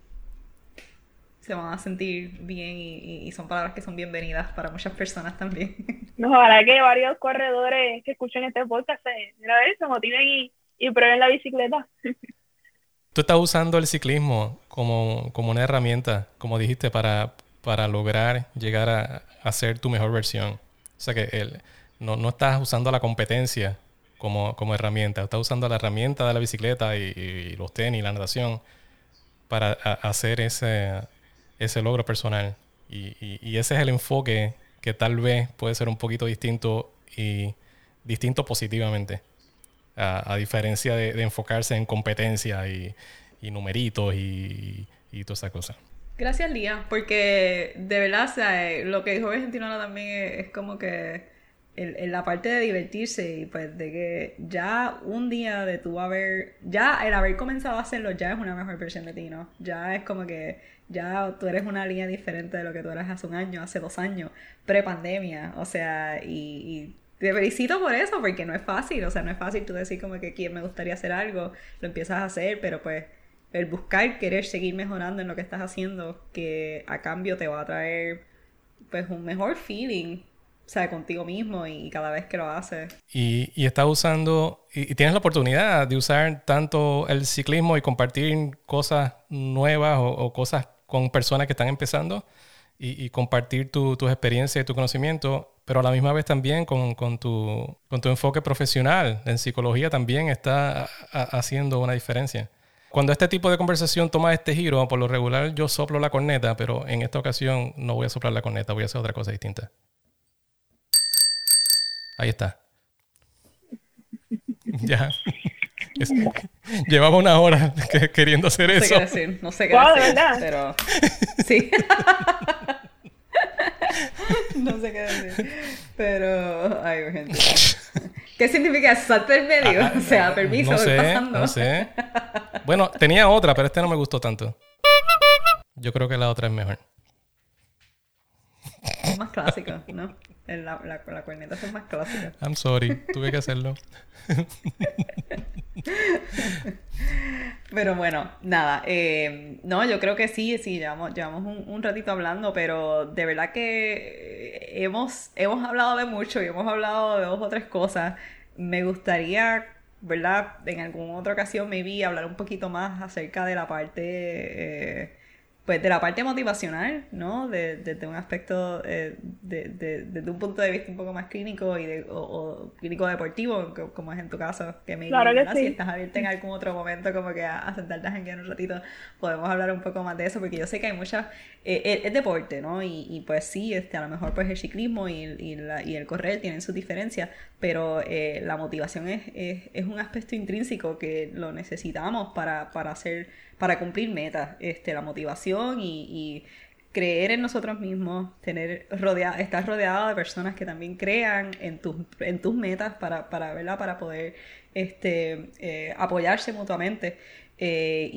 [SPEAKER 4] se van a sentir bien y, y- y son palabras que son bienvenidas para muchas personas también.
[SPEAKER 5] No, ojalá que varios corredores que escuchen este podcast se, mira, a ver, se motiven y, y prueben la bicicleta.
[SPEAKER 2] Tú estás usando el ciclismo como, como una herramienta, como dijiste, para, para lograr llegar a, a ser tu mejor versión. O sea que el, no, no estás usando la competencia como, como herramienta, estás usando la herramienta de la bicicleta y, y los tenis, la natación, para a- hacer ese, ese logro personal. Y, y- y ese es el enfoque que tal vez puede ser un poquito distinto y distinto positivamente. A, a diferencia de, de enfocarse en competencia y, y numeritos y, y todas esas cosas.
[SPEAKER 4] Gracias, Lía, porque de verdad, o sea, eh, lo que dijo Argentinona también es, es como que el- en la parte de divertirse y pues de que ya un día de tú haber, ya el haber comenzado a hacerlo ya es una mejor versión de ti, ¿no? Ya es como que ya tú eres una línea diferente de lo que tú eras hace un año, hace dos años, pre-pandemia, o sea, y, y te felicito por eso, porque no es fácil, o sea, no es fácil tú decir como que "Quién me gustaría hacer algo", lo empiezas a hacer, pero pues el buscar, querer seguir mejorando en lo que estás haciendo, que a cambio te va a traer pues un mejor feeling, o sea, contigo mismo y cada vez que lo haces.
[SPEAKER 2] Y, y estás usando, y, y tienes la oportunidad de usar tanto el ciclismo y compartir cosas nuevas o, o cosas con personas que están empezando y, y compartir tu- tus experiencias y tu conocimiento, pero a la misma vez también con, con tu, con tu enfoque profesional en psicología también está a- haciendo una diferencia. Cuando este tipo de conversación toma este giro, por lo regular yo soplo la corneta, pero en esta ocasión no voy a soplar la corneta, voy a hacer otra cosa distinta. Ahí está. Ya. Es- llevaba una hora que- queriendo hacer
[SPEAKER 4] No sé
[SPEAKER 2] eso.
[SPEAKER 4] qué decir, no sé qué
[SPEAKER 5] Wow, ¿de
[SPEAKER 4] decir,
[SPEAKER 5] verdad?
[SPEAKER 4] pero sí. No sé qué decir, pero ay, gente. ¿Qué significa salte del medio?
[SPEAKER 2] Ah,
[SPEAKER 4] O sea,
[SPEAKER 2] ah,
[SPEAKER 4] permiso,
[SPEAKER 2] no
[SPEAKER 4] voy
[SPEAKER 2] sé,
[SPEAKER 4] pasando.
[SPEAKER 2] no sé. Bueno, tenía otra, pero este no me gustó tanto. Yo creo que la otra es mejor.
[SPEAKER 4] Es más clásica, ¿no? En La, la, la corneta es más clásica.
[SPEAKER 2] I'm sorry, tuve que hacerlo.
[SPEAKER 4] Pero bueno, nada, eh, no, yo creo que sí, sí, llevamos, llevamos un, un ratito hablando, pero de verdad que hemos, hemos hablado de mucho y hemos hablado de dos o tres cosas. Me gustaría, ¿verdad? En alguna otra ocasión, maybe, hablar un poquito más acerca de la parte, eh, pues de la parte motivacional, ¿no? De- Desde un aspecto, eh, de, de- desde un punto de vista un poco más clínico y de, o, o clínico deportivo, co- como es en tu caso, que me
[SPEAKER 5] Claro que
[SPEAKER 4] ¿verdad? Si
[SPEAKER 5] sí.
[SPEAKER 4] estás abierta en algún otro momento como que a, a sentarte a janguear un ratito, podemos hablar un poco más de eso, porque yo sé que hay muchas, eh, es, es deporte, ¿no? Y, y pues sí, este, a lo mejor pues el ciclismo y, y, la- y el correr tienen sus diferencias, pero eh, la motivación es, es, es un aspecto intrínseco que lo necesitamos para, para hacer, para cumplir metas, este, la motivación y, y creer en nosotros mismos, tener rodea, estar rodeado de personas que también crean en tus, en tus metas para, para, ¿verdad? Para poder este, eh, apoyarse mutuamente eh, y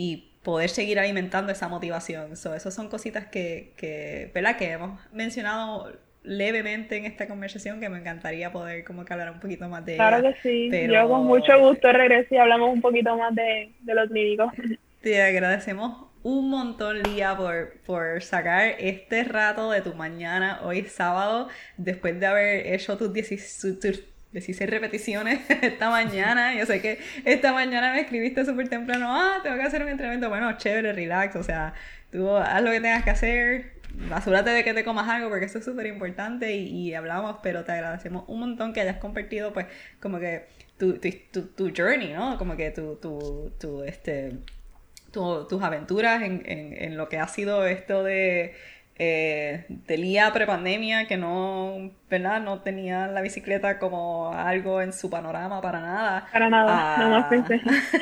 [SPEAKER 4] poder seguir alimentando esa motivación. So, esas son cositas que, que, ¿verdad? Que hemos mencionado levemente en esta conversación, que me encantaría poder como que hablar un poquito más de
[SPEAKER 5] Claro
[SPEAKER 4] ella,
[SPEAKER 5] que sí,
[SPEAKER 4] pero
[SPEAKER 5] yo con mucho gusto regreso y hablamos un poquito más de, de lo clínico.
[SPEAKER 4] te agradecemos un montón, Lía, por, por sacar este rato de tu mañana, hoy sábado, después de haber hecho tus dieciséis repeticiones esta mañana. Yo sé que esta mañana me escribiste súper temprano, ah, tengo que hacer un entrenamiento. Bueno, chévere, relax, o sea, tú haz lo que tengas que hacer, asegúrate de que te comas algo, porque eso es súper importante, y, y hablamos, pero te agradecemos un montón que hayas compartido, pues, como que tu, tu, tu, tu journey, ¿no? Como que tu, tu, tu este, tu, tus aventuras en, en, en lo que ha sido esto de... Eh, de Lía prepandemia, que no, ¿verdad? No tenía la bicicleta como algo en su panorama para nada.
[SPEAKER 5] Para nada,
[SPEAKER 4] a,
[SPEAKER 5] no más pensé.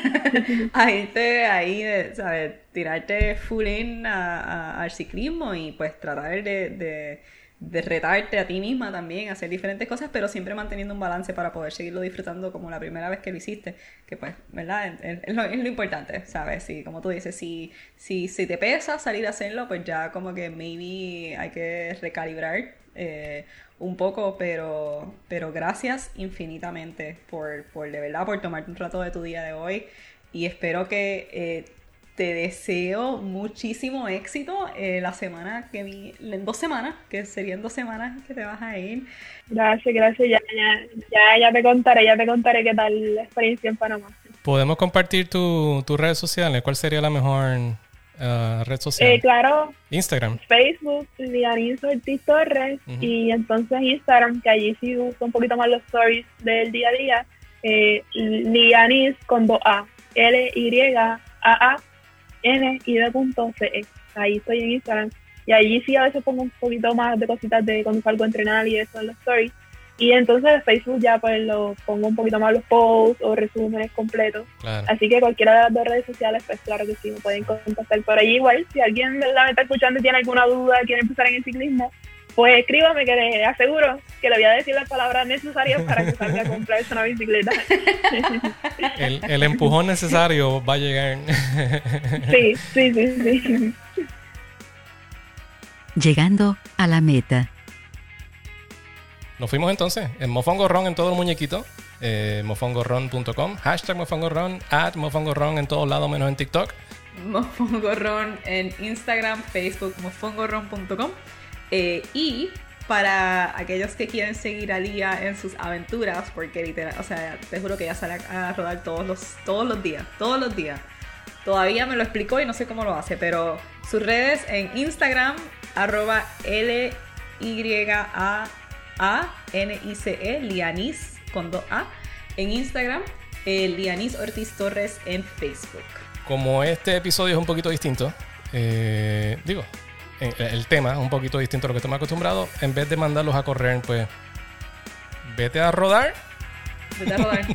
[SPEAKER 4] a irte ahí, de, ¿sabes? Tirarte full in a, a, al ciclismo y pues tratar de, de, de retarte a ti misma también, hacer diferentes cosas, pero siempre manteniendo un balance para poder seguirlo disfrutando como la primera vez que lo hiciste, que pues, ¿verdad? Es, es, lo, es lo importante, ¿sabes? Si, como tú dices, si, si, si te pesa salir a hacerlo, pues ya como que maybe hay que recalibrar eh, un poco, pero, pero gracias infinitamente por, por, de verdad, por tomarte un rato de tu día de hoy, y espero que... Eh, te deseo muchísimo éxito eh, la semana que vi, en dos semanas, que serían dos semanas que te vas a ir.
[SPEAKER 5] Gracias, gracias. Ya, ya, ya, ya te contaré, ya te contaré qué tal la experiencia en Panamá.
[SPEAKER 2] ¿Podemos compartir tu, tus redes sociales? ¿Cuál sería la mejor uh, red social?
[SPEAKER 5] Eh, claro.
[SPEAKER 2] Instagram.
[SPEAKER 5] Facebook, Lianis Ortiz Torres, uh-huh. Y entonces Instagram, que allí sí uso un poquito más los stories del día a día. Eh, Lianis con dos A. L Y A A N y de punto C E. Ahí estoy en Instagram. Y allí sí a veces pongo un poquito más de cositas de cuando salgo a entrenar y eso en los stories. Y entonces en Facebook ya pues lo pongo un poquito más los posts o resúmenes completos. Claro. Así que cualquiera de las dos redes sociales, pues claro que sí, me pueden contactar por allí. Igual, si alguien ¿verdad? me está escuchando y tiene alguna duda, quiere empezar en el ciclismo, pues escríbame, que les aseguro que le voy a decir las palabras necesarias para que salga a comprarse una bicicleta.
[SPEAKER 2] El, el empujón necesario va a llegar.
[SPEAKER 5] Sí, sí, sí, sí.
[SPEAKER 3] Llegando a la meta.
[SPEAKER 2] Nos fuimos entonces. En Mofongorron en todo el muñequito. Eh, mofongorron punto com. Hashtag Mofongorron. At Mofongorron en todos lados menos en TikTok.
[SPEAKER 4] Mofongorron en Instagram, Facebook, mofongorron punto com. Eh, y para aquellos que quieren seguir a Lía en sus aventuras, porque literal, o sea, te juro que ella sale a, a rodar todos los, todos los días, todos los días. Todavía me lo explicó y no sé cómo lo hace, pero sus redes en Instagram, arroba L Y A A N I C E, Lianis con dos A, en Instagram, eh, Lianis Ortiz Torres en Facebook.
[SPEAKER 2] Como este episodio es un poquito distinto, eh, digo, el tema es un poquito distinto a lo que estamos acostumbrados, en vez de mandarlos a correr, pues vete a rodar.
[SPEAKER 4] Vete a rodar.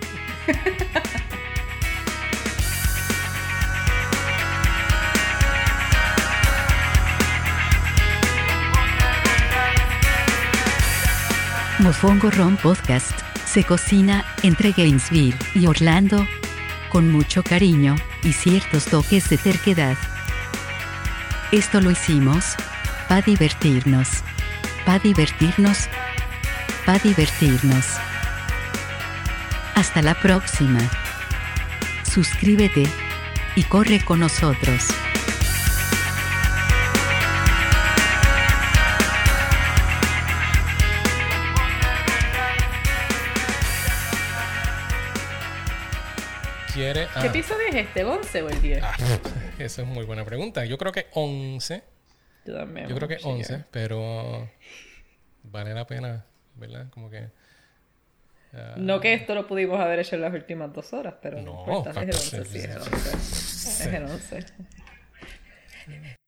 [SPEAKER 3] Mofongorron Podcast se cocina entre Gainesville y Orlando con mucho cariño y ciertos toques de terquedad. Esto lo hicimos para divertirnos, para divertirnos, para divertirnos. Hasta la próxima. Suscríbete y corre con nosotros.
[SPEAKER 2] Quiere, ah.
[SPEAKER 4] ¿Qué episodio es este? ¿El once o el diez?
[SPEAKER 2] Ah, esa es muy buena pregunta. Yo creo que once.
[SPEAKER 4] Yo también.
[SPEAKER 2] Yo creo que once, pero vale la pena, ¿verdad? Como que... Uh,
[SPEAKER 4] no que esto lo pudimos haber hecho en las últimas dos horas, pero
[SPEAKER 2] no,
[SPEAKER 4] no importa, es el once, sí, es el once. Es el once.